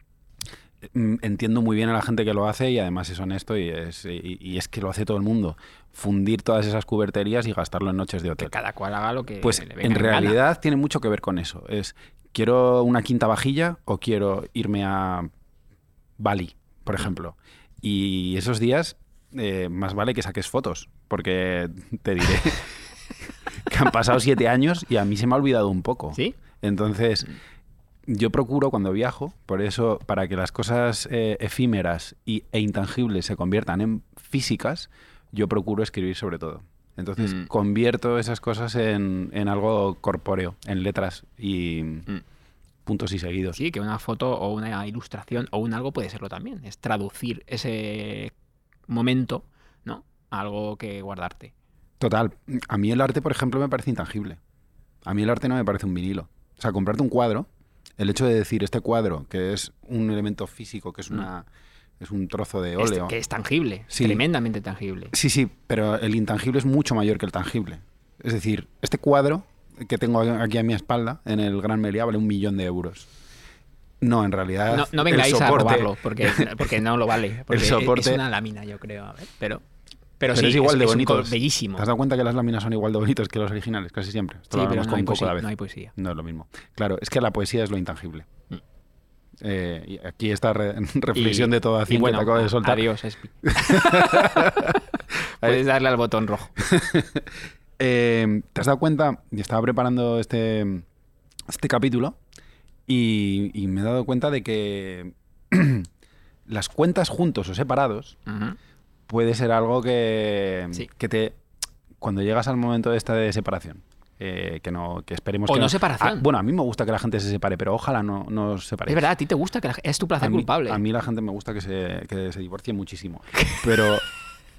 mm, entiendo muy bien a la gente que lo hace y además es honesto y es, y, y es que lo hace todo el mundo. Fundir todas esas cuberterías y gastarlo en noches de Que hotel. cada cual haga lo que Pues le venga en en gana. realidad tiene mucho que ver con eso. Es, ¿quiero una quinta vajilla o quiero irme a Bali, por ejemplo? Y esos días eh, más vale que saques fotos, porque te diré que han pasado siete años y a mí se me ha olvidado un poco. ¿Sí? Entonces, yo procuro cuando viajo, por eso, para que las cosas eh, efímeras y, e intangibles se conviertan en físicas, yo procuro escribir sobre todo. Entonces, Mm. convierto esas cosas en, en algo corpóreo, en letras y Mm. puntos y seguidos. Sí, que una foto o una ilustración o un algo puede serlo también. Es traducir ese momento, ¿no? A algo que guardarte. Total. A mí el arte, por ejemplo, me parece intangible. A mí el arte no me parece un vinilo. O sea, comprarte un cuadro, el hecho de decir este cuadro, que es un elemento físico, que es una es un trozo de Es- óleo. que es tangible, Sí. tremendamente tangible. Sí, sí, pero el intangible es mucho mayor que el tangible. Es decir, este cuadro que tengo aquí a mi espalda, en el Gran Meliá, vale un millón de euros. No, en realidad. No, no el vengáis a soporte- robarlo, porque, porque no lo vale. Porque soporte- es una lámina, yo creo. A ver, pero, pero, Pero sí, es igual de un bonito. color bellísimo. ¿Te has dado cuenta que las láminas son igual de bonitas que los originales? Casi siempre. Esto Sí, lo pero hablamos no hay, con Coco poesía, la vez. no hay poesía. No es lo mismo. Claro, es que la poesía es lo intangible. Mm. Eh, y aquí esta re- reflexión Y- de todo y así bueno, que te acabo de soltar. Adiós, Espi. Puedes darle al botón rojo. Eh, ¿Te has dado cuenta? Y estaba preparando este, este capítulo y, y me he dado cuenta de que las cuentas juntos o separados Ujú. puede ser algo que, Sí. que te... Cuando llegas al momento de esta de separación, eh, que no que esperemos O que no separación. Ah, bueno, a mí me gusta que la gente se separe, pero ojalá no, no os separéis. Es verdad, a ti te gusta, que la- es tu placer a mí, culpable. A mí la gente me gusta que se, que se divorcie muchísimo. Pero...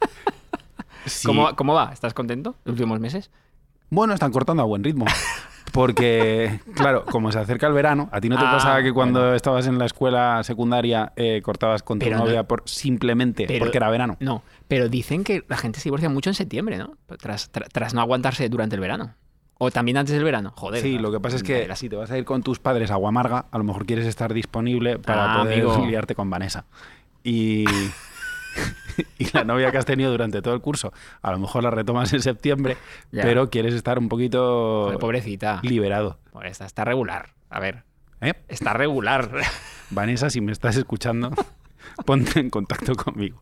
sí. ¿Cómo, ¿Cómo va? ¿Estás contento los últimos meses? Bueno, están cortando a buen ritmo. Porque, claro, como se acerca el verano, ¿a ti no te Ah, pasaba que cuando bueno. estabas en la escuela secundaria eh, cortabas con tu Pero no- novia por, simplemente pero- porque era verano? No, pero dicen que la gente se divorcia mucho en septiembre, ¿no? Tras, tra- tras no aguantarse durante el verano. O también antes del verano. Joder. Sí, claro. lo que pasa es que Era- si te vas a ir con tus padres a Guamarga, a lo mejor quieres estar disponible para Ah, poder amigo. liarte con Vanessa. Y, y la novia que has tenido durante todo el curso, a lo mejor la retomas en septiembre, Ya. pero quieres estar un poquito Joder, pobrecita. liberado. Pues esta está regular. A ver, ¿Eh? está regular. Vanessa, si me estás escuchando, ponte en contacto conmigo.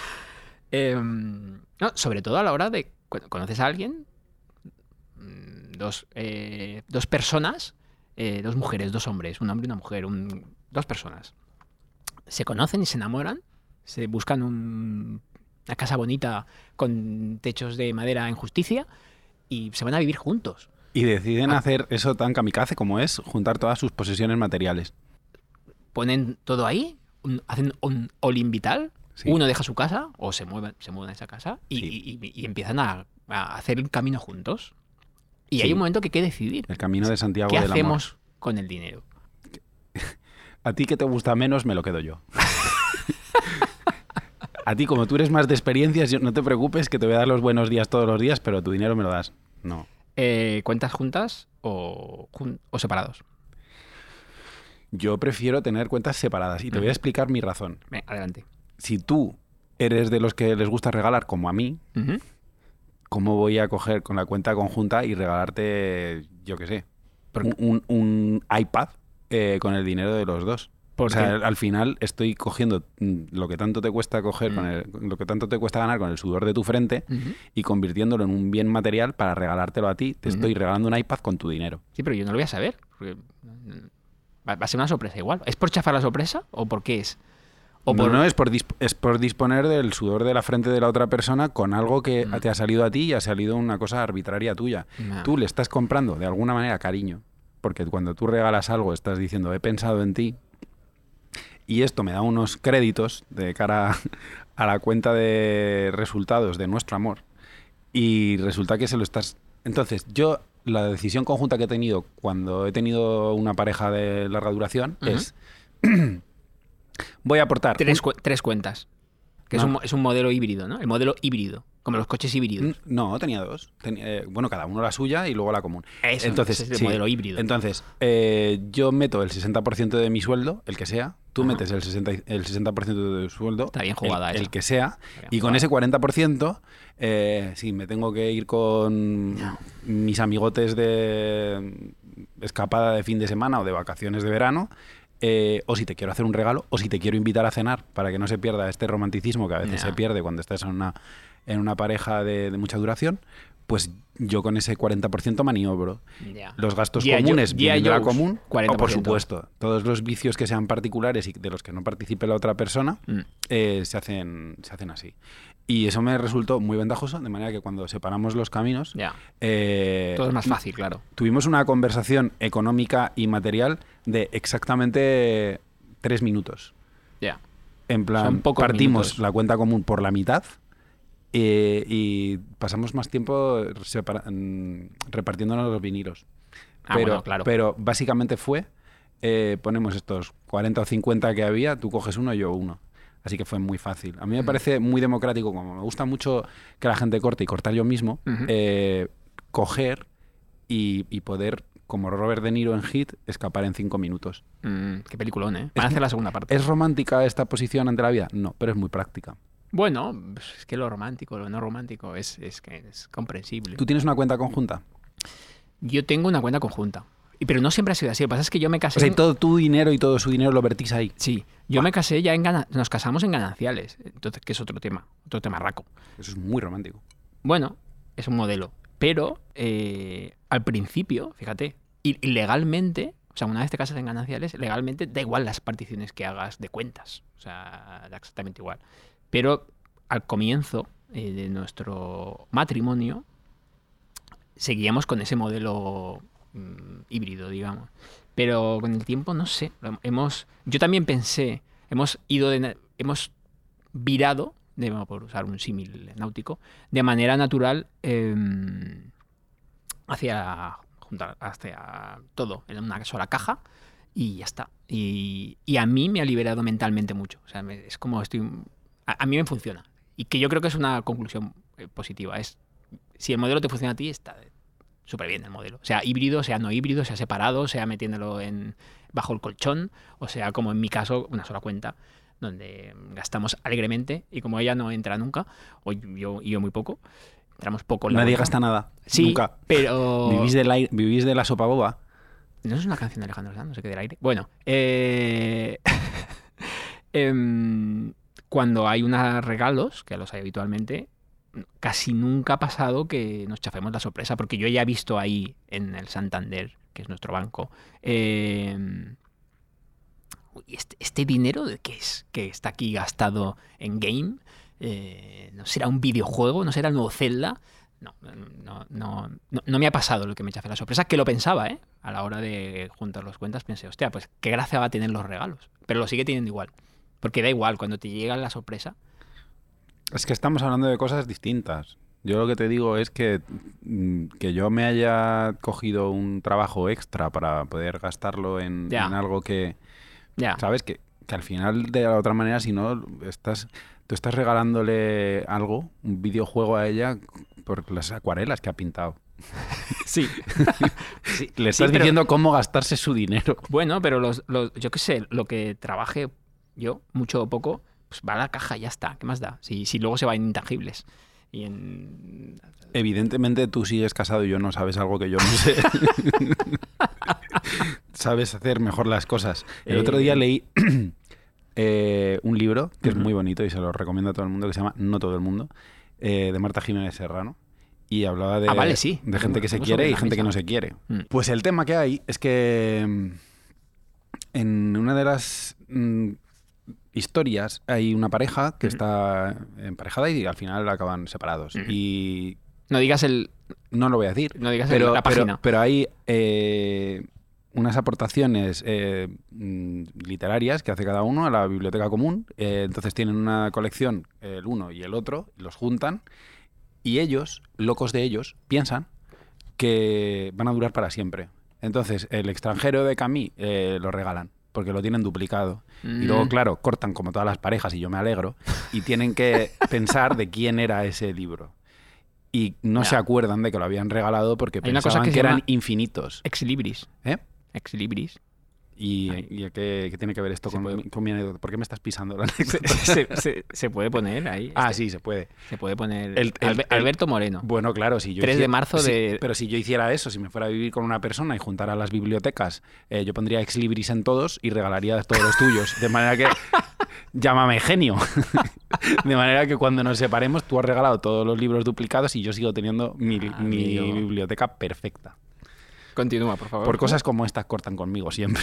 Em, no, sobre todo a la hora de cuando conoces a alguien, mm, dos, eh, dos personas, eh, dos mujeres, dos hombres, un hombre y una mujer, un- dos personas, se conocen y se enamoran, se buscan un- una casa bonita con techos de madera en Justicia y se van a vivir juntos. Y deciden Ah. hacer eso tan kamikaze como es juntar todas sus posesiones materiales. Ponen todo ahí, un- hacen un all-in vital. Sí. Uno deja su casa o se mueven, se mueven a esa casa y, Sí. y- y empiezan a, a hacer el camino juntos. Y Sí. hay un momento que hay que decidir. El camino de Santiago ¿Qué del amor. hacemos con el dinero? A ti que te gusta menos, me lo quedo yo. A ti, como tú eres más de experiencias, yo- no te preocupes que te voy a dar los buenos días todos los días, pero tu dinero me lo das. No. Eh, ¿Cuentas juntas o, jun- o separados? Yo prefiero tener cuentas separadas y te voy a explicar mi razón. Venga, adelante. Si tú eres de los que les gusta regalar, como a mí, Ujú. ¿cómo voy a coger con la cuenta conjunta y regalarte, yo qué sé, ¿Por un, un- un iPad eh, con el dinero de los dos? O ¿Por sea, qué? al- al final estoy cogiendo mm, lo que tanto te cuesta coger con Mm. el- lo que tanto te cuesta ganar con el sudor de tu frente Ujú. y convirtiéndolo en un bien material para regalártelo a ti. Te Ujú. estoy regalando un iPad con tu dinero. Sí, pero yo no lo voy a saber. porque, mm, va, va a ser una sorpresa igual. ¿Es por chafar la sorpresa o por qué es? O No, por- no, es por, disp- es por disponer del sudor de la frente de la otra persona con algo que Mm. te ha salido a ti y ha salido una cosa arbitraria tuya. Nah. Tú le estás comprando de alguna manera cariño, porque cuando tú regalas algo estás diciendo he pensado en ti y esto me da unos créditos de cara a la cuenta de resultados de nuestro amor y resulta que se lo estás... Entonces yo la decisión conjunta que he tenido cuando he tenido una pareja de larga duración Ujú. es voy a aportar tres, un- cu- tres cuentas. Que es, No. un, mo- es un modelo híbrido, ¿no? El modelo híbrido. Como los coches híbridos. Mm, No, tenía dos. Tenía- eh, bueno, cada uno la suya y luego la común. Eso, Entonces, ese es el sí. modelo híbrido. Entonces, eh, yo meto el sesenta por ciento de mi sueldo, el que sea. Tú Ajá. metes el sesenta, y- el sesenta por ciento de tu sueldo. Está bien jugada el, esa. el que sea. Está bien Y con jugada. ese cuarenta por ciento, eh, si me tengo que ir con mis amigotes de escapada de fin de semana o de vacaciones de verano, eh, o si te quiero hacer un regalo, o si te quiero invitar a cenar para que no se pierda este romanticismo que a veces Ya. se pierde cuando estás en una, en una pareja de, de mucha duración, pues yo con ese cuarenta por ciento maniobro. Ya. Los gastos G I. comunes Joe- vienen de la G I. Joes, común, cuarenta o por por ciento. supuesto, todos los vicios que sean particulares y de los que no participe la otra persona, Mm. eh, se, hacen, se hacen así. Y eso me resultó muy ventajoso, de manera que cuando separamos los caminos, Ya. eh, Todo es más fácil, claro. tuvimos una conversación económica y material de exactamente tres minutos. Ya. En plan, Son pocos partimos minutos. la cuenta común por la mitad eh, y pasamos más tiempo separa- mm, repartiéndonos los vinilos. Ah, pero, bueno, claro. pero básicamente fue, eh, ponemos estos cuarenta o cincuenta que había, tú coges uno y yo uno. Así que fue muy fácil. A mí me Mm. parece muy democrático, como me gusta mucho que la gente corte y cortar yo mismo, Ujú. eh, coger y, y poder, como Robert De Niro en Hit, escapar en cinco minutos. Mm, qué peliculón, ¿eh? Van a hacer la segunda parte. ¿Es romántica esta posición ante la vida? No, pero es muy práctica. Bueno, pues es que lo romántico, lo no romántico es, es que es comprensible. ¿Tú tienes una cuenta conjunta? Yo tengo una cuenta conjunta. Y- Pero no siempre ha sido así. Lo que pasa es que yo me casé... O sea, y en- todo tu dinero y todo su dinero lo vertís ahí. Sí, yo me casé ya en... gana- Nos casamos en gananciales. Entonces, que es otro tema. Otro tema raco. Eso es muy romántico. Bueno, es un modelo. Pero eh, al principio, fíjate, y y legalmente, o sea, una vez te casas en gananciales, legalmente da igual las particiones que hagas de cuentas. O sea, da exactamente igual. Pero al comienzo eh, de nuestro matrimonio, seguíamos con ese modelo mm, híbrido, digamos. Pero con el tiempo, no sé, lo hemos... Yo también pensé, hemos ido de... na- Hemos virado, de, por usar un símil náutico, de manera natural eh, hacia juntar hasta todo en una sola caja y ya está. Y, y a mí me ha liberado mentalmente mucho. O sea, me, es como estoy... A, a mí me funciona. Y que yo creo que es una conclusión eh, positiva. Es, si el modelo te funciona a ti, está súper bien el modelo. Sea híbrido, sea no híbrido, sea separado, sea metiéndolo en, bajo el colchón, o sea, como en mi caso, una sola cuenta, donde gastamos alegremente y como ella no entra nunca, o yo, yo muy poco, entramos poco en la Nadie bolsa. gasta nada. Sí, nunca. pero... ¿Vivís, del aire, ¿Vivís de la sopa boba? ¿No es una canción de Alejandro Sanz? No sé qué, del aire. Bueno, eh... em, cuando hay unos regalos, que los hay habitualmente, casi nunca ha pasado que nos chafemos la sorpresa, porque yo ya he visto ahí en el Santander, que es nuestro banco, eh... Este, este dinero de qué es que está aquí gastado en game, eh, no será un videojuego, no será el nuevo Zelda. No, no, no, no, no me ha pasado lo que me chafe la sorpresa, que lo pensaba, ¿eh? A la hora de juntar las cuentas pensé, hostia, pues qué gracia va a tener los regalos. Pero lo sigue teniendo igual. Porque da igual, cuando te llega la sorpresa. Es que estamos hablando de cosas distintas. Yo lo que te digo es que, que yo me haya cogido un trabajo extra para poder gastarlo en, en algo que... Ya. ¿Sabes? Que, que al final, de la otra manera, si no, estás, tú estás regalándole algo, un videojuego a ella por las acuarelas que ha pintado. Sí. Sí. Le estás sí, pero, diciendo cómo gastarse su dinero. Bueno, pero los, los, yo qué sé, lo que trabaje yo, mucho o poco, pues va a la caja y ya está. ¿Qué más da? Si, si luego se va en intangibles. Y en... Evidentemente tú sigues casado y yo no sabes algo que yo no sé. Sabes hacer mejor las cosas. El eh... otro día leí eh, un libro que uh-huh. es muy bonito y se lo recomiendo a todo el mundo, que se llama No todo el mundo, eh, de Marta Jiménez Serrano. Y hablaba de, ah, vale, sí. de gente que se quiere y gente que no se quiere. Mm. Pues el tema que hay es que en una de las mm, historias hay una pareja que uh-huh. está emparejada y al final acaban separados. Uh-huh. Y no digas el... No lo voy a decir. No digas pero, el, la página. Pero, pero hay eh, unas aportaciones eh, literarias que hace cada uno a la biblioteca común. Eh, entonces tienen una colección, el uno y el otro, los juntan. Y ellos, locos de ellos, piensan que van a durar para siempre. Entonces, el extranjero de Camus eh, lo regalan, porque lo tienen duplicado. Mm. Y luego, claro, cortan como todas las parejas, y yo me alegro, y tienen que pensar de quién era ese libro. Y no ya. se acuerdan de que lo habían regalado porque Hay pensaban una cosa que, que eran infinitos. Ex libris. ¿Eh? Ex libris. ¿Y, y qué, qué tiene que ver esto con, puede... con mi anécdota? ¿Por qué me estás pisando la anécdota? Se, se, se puede poner ahí. Ah, este, sí, se puede. Se puede poner el, el, Albe, el, Alberto Moreno. Bueno, claro, si yo tres hiciera, de marzo de... Sí, pero si yo hiciera eso, si me fuera a vivir con una persona y juntara las bibliotecas, eh, yo pondría ex libris en todos y regalaría todos los tuyos. De manera que... Llámame genio. De manera que cuando nos separemos, tú has regalado todos los libros duplicados y yo sigo teniendo mi, ah, mi biblioteca perfecta. Continúa, por favor. Por cosas como estas cortan conmigo siempre.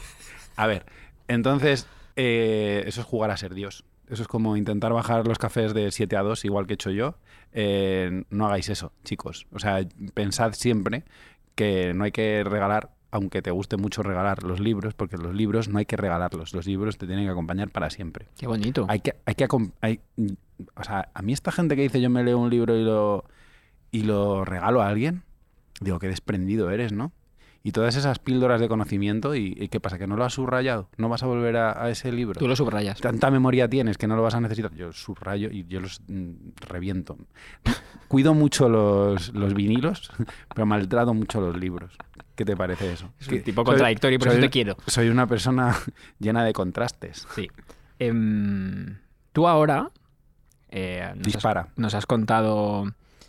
A ver, entonces, eh, eso es jugar a ser Dios. Eso es como intentar bajar los cafés de siete a dos, igual que he hecho yo. Eh, no hagáis eso, chicos. O sea, pensad siempre que no hay que regalar, aunque te guste mucho regalar los libros, porque los libros no hay que regalarlos. Los libros te tienen que acompañar para siempre. Qué bonito. Hay que, hay que hay, o sea, a mí esta gente que dice yo me leo un libro y lo, y lo regalo a alguien, digo, qué desprendido eres, ¿no? Y todas esas píldoras de conocimiento, ¿y, y qué pasa? ¿Que no lo has subrayado? ¿No vas a volver a, a ese libro? Tú lo subrayas. Tanta memoria tienes que no lo vas a necesitar. Yo subrayo y yo los mm, reviento. Cuido mucho los, los vinilos, pero maltrato mucho los libros. ¿Qué te parece eso? Es un tipo contradictorio, por eso te quiero. Soy una persona llena de contrastes. Sí. Eh, tú ahora... Eh, nos Dispara. Has, nos has contado...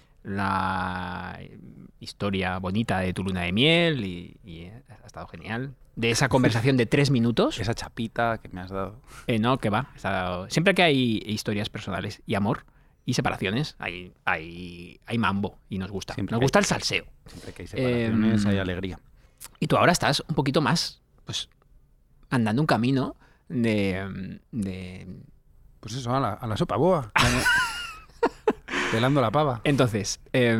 la historia bonita de tu luna de miel y, y ha estado genial. De esa conversación de tres minutos. Esa chapita que me has dado. Eh, no, que va. Estado... Siempre que hay historias personales y amor y separaciones, hay, hay, hay mambo y nos gusta. Siempre nos gusta hay, el salseo. Siempre que hay separaciones eh, hay alegría. Y tú ahora estás un poquito más, pues, andando un camino de... de... Pues eso, a la, a la sopa boa. Pelando la pava. Entonces, eh,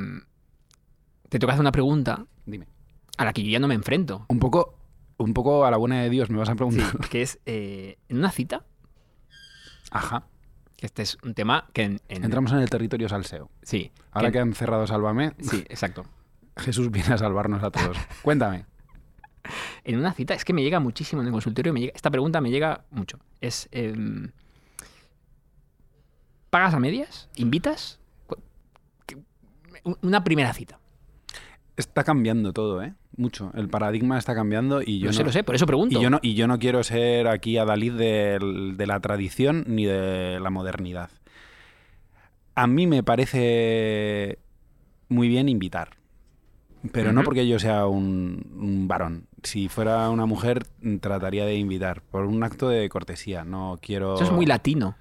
te toca hacer una pregunta. Dime. A la que yo ya no me enfrento. Un poco, un poco a la buena de Dios me vas a preguntar. Sí, que es eh, en una cita. Ajá. Este es un tema que... En, en... Entramos en el territorio salseo. Sí. Ahora que, que han cerrado Sálvame. Sí, exacto. Jesús viene a salvarnos a todos. Cuéntame. En una cita, es que me llega muchísimo en el consultorio, me llega, esta pregunta me llega mucho. Es, eh, ¿pagas a medias? ¿Invitas? Una primera cita. Está cambiando todo, ¿eh? Mucho. El paradigma está cambiando y yo Lo no, sé, lo sé, por eso pregunto. Y yo no, y yo no quiero ser aquí adalid de, de la tradición ni de la modernidad. A mí me parece muy bien invitar. Pero uh-huh. no porque yo sea un, un varón. Si fuera una mujer, trataría de invitar. Por un acto de cortesía. No quiero... Eso es muy latino.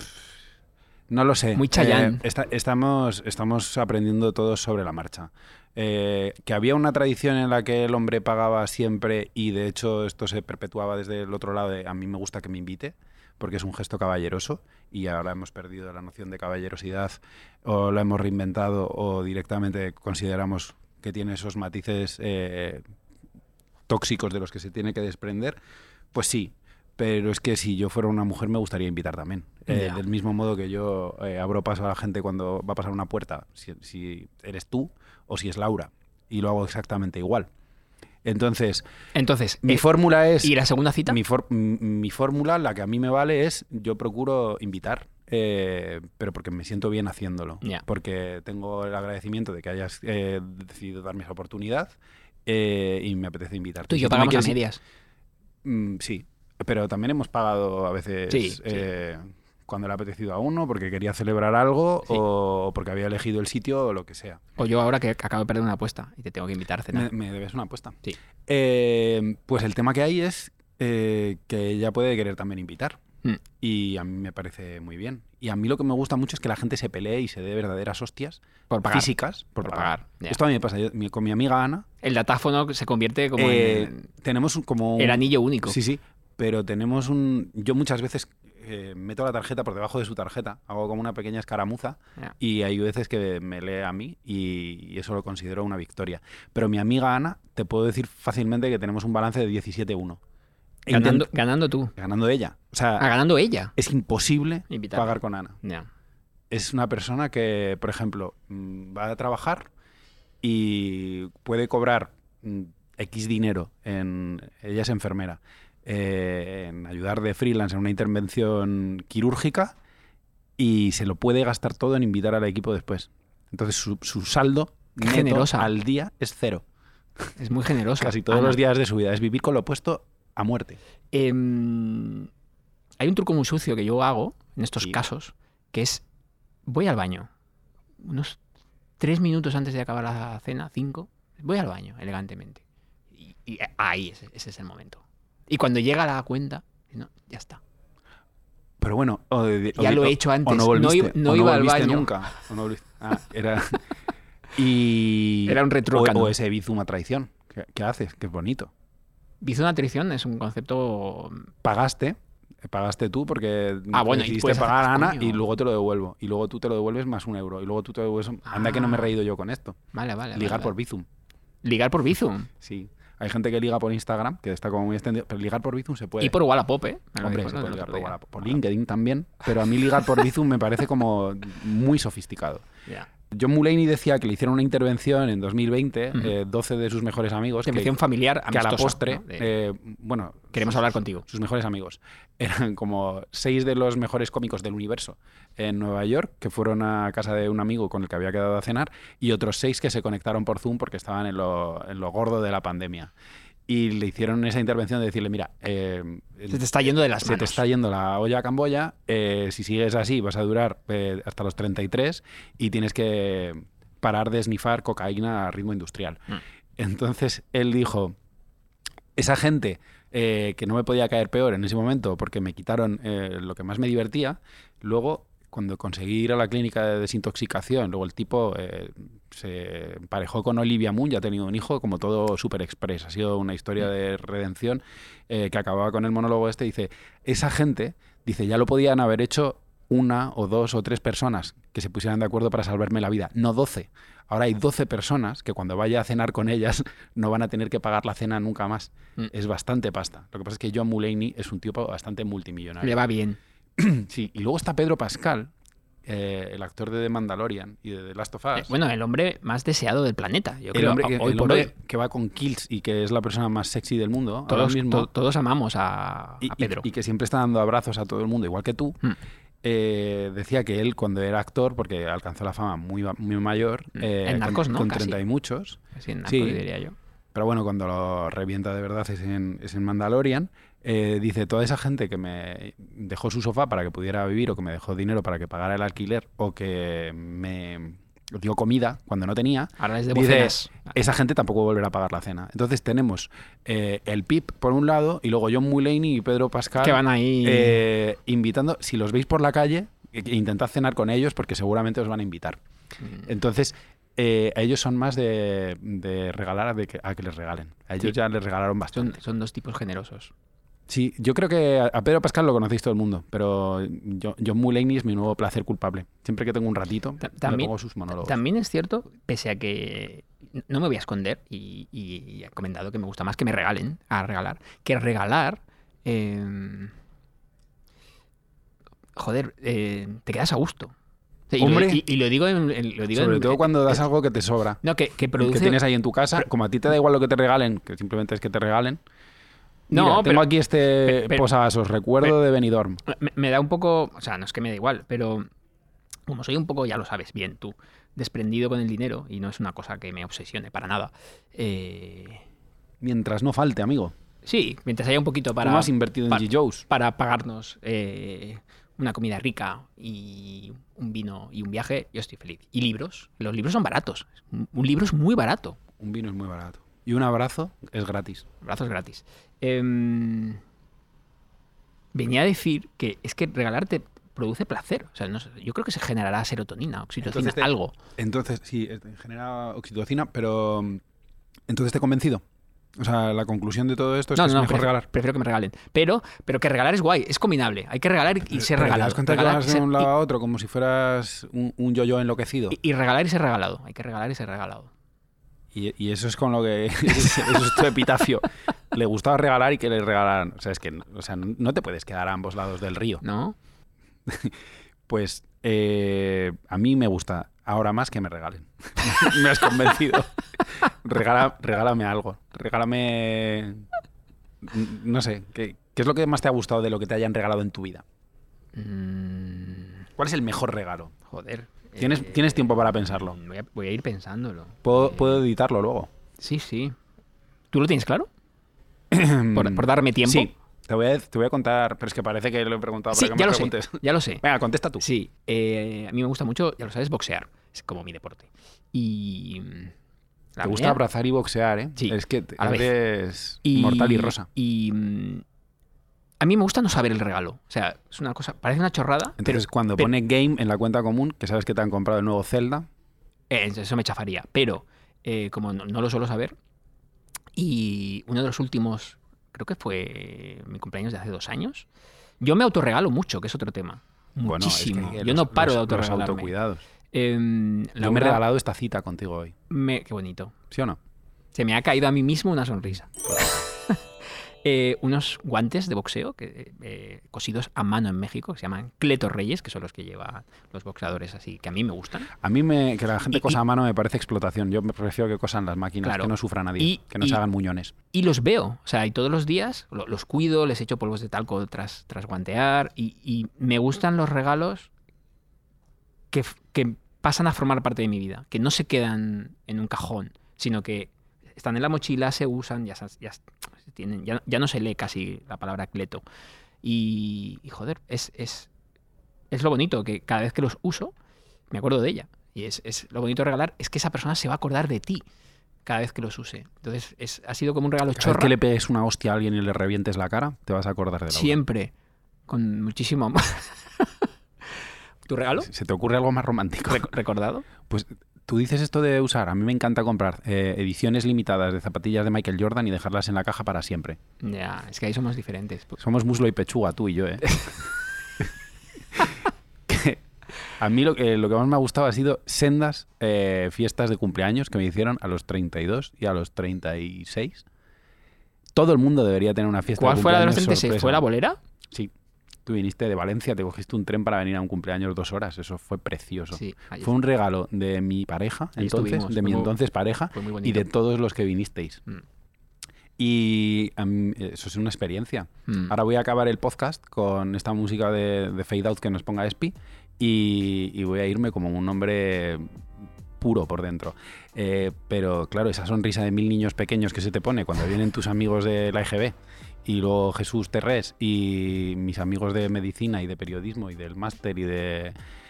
No lo sé. Muy Chayanne. Eh, está, estamos, estamos aprendiendo todos sobre la marcha. Eh, que había una tradición en la que el hombre pagaba siempre y de hecho esto se perpetuaba desde el otro lado de a mí me gusta que me invite porque es un gesto caballeroso y ahora hemos perdido la noción de caballerosidad o la hemos reinventado o directamente consideramos que tiene esos matices eh, tóxicos de los que se tiene que desprender. Pues sí. Pero es que si yo fuera una mujer me gustaría invitar también. Eh, yeah. Del mismo modo que yo eh, abro paso a la gente cuando va a pasar una puerta, si, si eres tú o si es Laura. Y lo hago exactamente igual. Entonces, Entonces mi eh, fórmula es... ¿Y la segunda cita? Mi, for, mi, mi fórmula, la que a mí me vale es, yo procuro invitar, eh, pero porque me siento bien haciéndolo. Yeah. Porque tengo el agradecimiento de que hayas eh, decidido darme esa oportunidad eh, y me apetece invitarte. Tú y yo si pagamos quieres, a medias. Mm, sí. Pero también hemos pagado a veces sí, eh, sí. cuando le ha apetecido a uno, porque quería celebrar algo sí. o porque había elegido el sitio o lo que sea. O yo ahora que acabo de perder una apuesta y te tengo que invitar a cenar. Me, me debes una apuesta. Sí. Eh, pues el tema que hay es eh, que ella puede querer también invitar. Mm. Y a mí me parece muy bien. Y a mí lo que me gusta mucho es que la gente se pelee y se dé verdaderas hostias por pagar. físicas por, por pagar. pagar. Yeah. Esto a mí me pasa. Yo, mi, con mi amiga Ana... El datáfono se convierte como eh, en... Tenemos como... Un, el anillo único. Sí, sí. Pero tenemos un... Yo muchas veces eh, meto la tarjeta por debajo de su tarjeta, hago como una pequeña escaramuza yeah. y hay veces que me lee a mí y, y eso lo considero una victoria. Pero mi amiga Ana, te puedo decir fácilmente que tenemos un balance de diecisiete uno. Ganando, Intent... ganando tú. Ganando ella. O sea, ah, ganando ella. Es imposible Invitar. pagar con Ana. Yeah. Es una persona que, por ejemplo, va a trabajar y puede cobrar X dinero. En... Ella es enfermera. Eh, en ayudar de freelance en una intervención quirúrgica y se lo puede gastar todo en invitar al equipo después. Entonces su, su saldo neto generosa. Al día es cero. Es muy generosa. Casi todos Ana. los días de su vida. Es vivir con lo opuesto a muerte. Eh, hay un truco muy sucio que yo hago en estos sí. casos, que es voy al baño. Unos tres minutos antes de acabar la cena, cinco, voy al baño elegantemente. Y, y ahí, ese, ese es el momento. Y cuando llega la cuenta, no, ya está. Pero bueno, o de, o ya de, lo he hecho antes. O no volviste, no, no o iba no al baño nunca. O no volviste. Ah, era y era un retrócano. O, o ese bizum a traición. ¿Qué, ¿Qué haces? Que es bonito. Bizum a traición es un concepto. Pagaste, pagaste tú porque ah, bueno, decidiste pagar a Ana coño. Y luego te lo devuelvo. Y luego tú te lo devuelves más un euro. Y luego tú te devuelves. Ah. Anda que no me he reído yo con esto. Vale, vale. Ligar vale, por vale. bizum. Ligar por bizum. Sí. Hay gente que liga por Instagram, que está como muy extendido, pero ligar por Bizum se puede. Y por Wallapop, ¿eh? Hombre, se puede ligar por Wallapop. Por LinkedIn también, pero a mí ligar por Bizum me parece como muy sofisticado. Yeah. John Mulaney decía que le hicieron una intervención en dos mil veinte, uh-huh. eh, doce de sus mejores amigos. Intervención que, familiar que amistosa, a la postre, ¿no? De... eh, bueno... Queremos sus, hablar contigo. Sus mejores amigos. Eran como seis de los mejores cómicos del universo en Nueva York, que fueron a casa de un amigo con el que había quedado a cenar, y otros seis que se conectaron por Zoom porque estaban en lo, en lo gordo de la pandemia. Y le hicieron esa intervención de decirle, mira... Eh, se te está yendo de las se manos. te está yendo la olla a camboya, eh, si sigues así vas a durar eh, hasta los treinta y tres y tienes que parar de snifar cocaína a ritmo industrial. Mm. Entonces él dijo, esa gente eh, que no me podía caer peor en ese momento porque me quitaron eh, lo que más me divertía, luego... Cuando conseguí ir a la clínica de desintoxicación, luego el tipo eh, se emparejó con Olivia Munn, ya ha tenido un hijo, como todo Super Express. Ha sido una historia de redención eh, que acababa con el monólogo este. Dice, esa gente, dice, ya lo podían haber hecho una o dos o tres personas que se pusieran de acuerdo para salvarme la vida, no doce. Ahora hay doce personas que cuando vaya a cenar con ellas no van a tener que pagar la cena nunca más. Mm. Es bastante pasta. Lo que pasa es que John Mulaney es un tipo bastante multimillonario. Le va bien. Sí, y luego está Pedro Pascal, eh, el actor de The Mandalorian y de The Last of Us. Eh, bueno, el hombre más deseado del planeta. Yo el creo, hombre, que, hoy el por hombre hoy. que va con kills y que es la persona más sexy del mundo. ahora Todos, mismo, to- todos amamos a, y, a Pedro. Y, y que siempre está dando abrazos a todo el mundo, igual que tú. Mm. Eh, decía que él, cuando era actor, porque alcanzó la fama muy, va- muy mayor, Mm. eh, En Narcos, con, ¿no? con Casi. treinta y muchos. Así en Narcos, Sí. diría yo. Pero bueno, cuando lo revienta de verdad es en, es en Mandalorian. Eh, dice, toda esa gente que me dejó su sofá para que pudiera vivir, o que me dejó dinero para que pagara el alquiler, o que me dio comida cuando no tenía, Ahora les debo dice, cenas. esa gente tampoco volverá a pagar la cena. Entonces tenemos eh, el Pip por un lado, y luego John Mulaney y Pedro Pascal Que van ahí. eh, invitando. Si los veis por la calle, eh, intentad cenar con ellos porque seguramente os van a invitar. Mm. Entonces, eh, a ellos son más de, de regalar a, de que, a que les regalen. A ellos Sí. ya les regalaron Son, bastante. son dos tipos generosos. Sí, yo creo que a a Pedro Pascal lo conocéis todo el mundo, pero yo- John Mulaney es mi nuevo placer culpable. Siempre que tengo un ratito, Ta- me también- pongo sus monólogos. También es cierto, pese a que no me voy a esconder, y, y- y he comentado que me gusta más que me regalen, a regalar, que regalar. eh, joder, eh, te quedas a gusto. O sea, y, Hombre. lo, y- y lo digo en. en- lo digo Sobre en- todo cuando das eh, algo que te sobra. No, que, que produce. Que tienes ahí en tu casa, Pero- como a ti te da igual lo que te regalen, que simplemente es que te regalen. No, Mira, tengo pero- aquí este pe- pero- posavasos, recuerdo de Benidorm. Me, me da un poco. O sea, no es que me da igual, pero como soy un poco, ya lo sabes bien tú, desprendido con el dinero, y no es una cosa que me obsesione para nada. eh, Mientras no falte, amigo. sí, mientras haya un poquito para. ¿Cómo has invertido en pa- G. Joe's? para pagarnos eh, una comida rica y un vino y un viaje, yo estoy feliz. Y libros. Los libros son baratos. Un un libro es muy barato. Un vino es muy barato. Y un abrazo es gratis. Abrazos gratis. Em, venía a decir que es que regalarte produce placer. O sea, no sé, yo creo que se generará serotonina, oxitocina, Entonces te- algo. Entonces, sí, eh, genera oxitocina, pero mm, entonces te he convencido. O sea, la conclusión de todo esto es No, que no, es no, mejor prefiero, regalar. prefiero que me regalen. Pero, pero que regalar es guay, es combinable. Hay que regalar y ser Pero ¿te regalado. das cuenta que Regalar vas y de ser- un lado a otro como si fueras un, un yo-yo enloquecido? y, y regalar y ser regalado. Hay que regalar y ser regalado. Y, y eso es con lo que... eso es tu epitafio. Le gustaba regalar y que le regalaran. O sea, es que o sea, no te puedes quedar a ambos lados del río. ¿No? Pues eh, a mí me gusta ahora más que me regalen. Me has convencido. Regala, regálame algo. Regálame... No sé, ¿qué, ¿qué es lo que más te ha gustado de lo que te hayan regalado en tu vida? Mm, ¿Cuál es el mejor regalo? joder. ¿Tienes, eh, tienes tiempo para pensarlo? Voy a, voy a ir pensándolo. ¿Puedo, Eh, puedo editarlo luego? Sí, sí. ¿Tú lo tienes claro? por, por darme tiempo. Sí, te voy, a, te voy a contar, pero es que parece que lo he preguntado Sí, para que ya me lo sé. preguntes. Ya lo sé. Venga, contesta tú. Sí, eh, a mí me gusta mucho, ya lo sabes, boxear. Es como mi deporte. Y. mm, la Te gusta mía- abrazar y boxear, ¿eh? Sí, Es que te- a la vez. eres mortal y rosa. Y. mm, a mí me gusta no saber el regalo. O sea, es una cosa. Parece una chorrada. Entonces, pero, cuando pero- pone game en la cuenta común, que sabes que te han comprado el nuevo Zelda, eh, eso me chafaría. Pero, eh, como no, no lo suelo saber. Y uno de los últimos. Creo que fue mi cumpleaños de hace dos años. Yo me autorregalo mucho, que es otro tema. bueno, es Muchísimo. que Yo los- no paro de los- los autorregalarme. autocuidados. Em, Yo me he Laura, regalado esta cita contigo hoy. me- Qué bonito. ¿Sí o no? Se me ha caído a mí mismo una sonrisa. Eh, unos guantes de boxeo que, eh, cosidos a mano en México, que se llaman Cleto Reyes, que son los que llevan los boxeadores así, que a mí me gustan. A mí me, que la gente Y- cosa y- a mano me parece explotación. Yo me prefiero que cosan las máquinas, Claro. que no sufra nadie, Y- que no y- se hagan muñones. Y los veo, o sea, y todos los días lo- los cuido, les echo polvos de talco tras, tras guantear, y, y me gustan los regalos que, f- que pasan a formar parte de mi vida, que no se quedan en un cajón, sino que están en la mochila, se usan, ya, se- ya, se tienen, ya, ya no se lee casi la palabra cleto. Y, y, joder, es, es, es lo bonito, que cada vez que los uso, me acuerdo de ella. Y es, es lo bonito de regalar, es que esa persona se va a acordar de ti cada vez que los use. Entonces, es, ha sido como un regalo Cada vez chorra. que le pegues una hostia a alguien y le revientes la cara, te vas a acordar de la Siempre. Con muchísimo amor. ¿Tu regalo? ¿Se te ocurre algo más romántico? Rec- ¿Recordado? Pues tú dices esto de usar. A mí me encanta comprar eh, ediciones limitadas de zapatillas de Michael Jordan y dejarlas en la caja para siempre. Ya, es que ahí somos diferentes. Pues, Somos muslo y pechuga, tú y yo, ¿eh? Que a mí lo que, lo que más me ha gustado ha sido sendas eh, fiestas de cumpleaños que me hicieron a los treinta y dos y a los treinta y seis. Todo el mundo debería tener una fiesta ¿Cuál de fue la de los cumpleaños treinta y seis? sorpresa. ¿Fue la bolera? Sí. Tú viniste de Valencia, te cogiste un tren para venir a un cumpleaños dos horas. Eso fue precioso. Sí, ahí Fue un regalo de mi pareja, Ahí entonces, estuvimos. de mi Fue muy- entonces pareja, fue muy y bonito. de todos los que vinisteis. Mm. Y a mí, eso es una experiencia. Mm. Ahora voy a acabar el podcast con esta música de, de Fade Out que nos ponga Espi y, y voy a irme como un hombre puro por dentro. Eh, pero claro, esa sonrisa de mil niños pequeños que se te pone cuando vienen tus amigos de la E G B y luego Jesús Terrés y mis amigos de medicina y de periodismo y del máster y de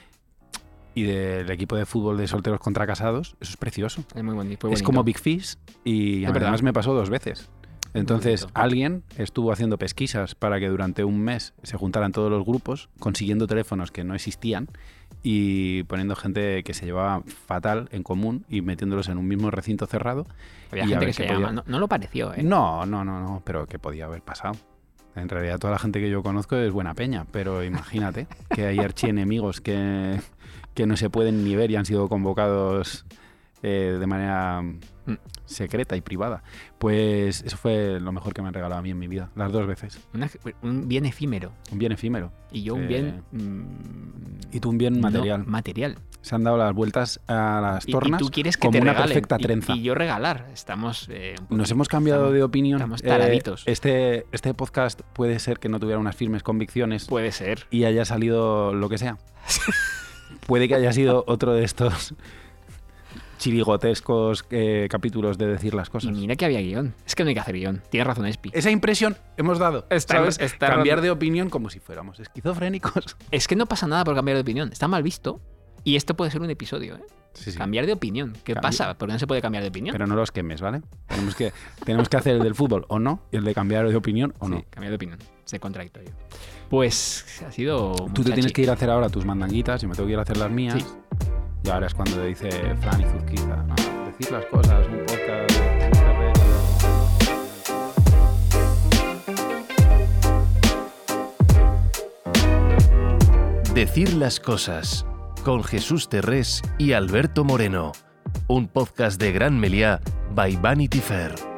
y del equipo de fútbol de solteros contra casados, eso es precioso. Es muy boni- fue Es bonito. como Big Fish y Es además verdad. me pasó dos veces. Entonces bonito. alguien estuvo haciendo pesquisas para que durante un mes se juntaran todos los grupos, consiguiendo teléfonos que no existían y poniendo gente que se llevaba fatal en común y metiéndolos en un mismo recinto cerrado. Había y a gente ver que qué se podía- llama. No, no lo pareció, ¿eh? No, no, no, no, pero que podía haber pasado. En realidad toda la gente que yo conozco es buena peña, pero imagínate que hay archienemigos que, que no se pueden ni ver y han sido convocados eh, de manera Mm. secreta y privada. Pues eso fue lo mejor que me han regalado a mí en mi vida, las dos veces. Una- un bien efímero. Un bien efímero. Y yo un Eh, bien. mm, Y tú un bien no, material. material. Se han dado las vueltas a las Y- tornas y, tú quieres que como te una regalen. perfecta Y- trenza. Y, yo regalar. Estamos. eh, un poco- Nos hemos cambiado estamos- de opinión. estamos Eh, taraditos. este, este podcast puede ser que no tuviera unas firmes convicciones Puede ser. y haya salido lo que sea. Puede que haya sido otro de estos chirigotescos eh, capítulos de decir las Y cosas. mira que había guión. Es que no hay que hacer guión. Tienes razón, Espi. Esa impresión hemos dado. Está- ¿sabes? está Cambiar raro. de opinión como si fuéramos esquizofrénicos. Es que no pasa nada por cambiar de opinión. Está mal visto. Y esto puede ser un episodio, ¿eh? Sí, sí. Cambiar de opinión. ¿Qué Cambio. pasa? ¿Por qué no se puede cambiar de opinión? Pero no los quemes, ¿vale? Tenemos que, tenemos que hacer el del fútbol o no, y el de cambiar de opinión o no. Sí, cambiar de opinión. Sé contradictorio. Pues ha sido. Tú te muchachi. tienes que ir a hacer ahora tus mandanguitas y me tengo que ir a hacer las mías. Sí. Y ahora es cuando dice Fran y Zuzquiza, no, decir las cosas, un podcast de... Decir las cosas con Jesús Terrés y Alberto Moreno. Un podcast de Gran Meliá by Vanity Fair.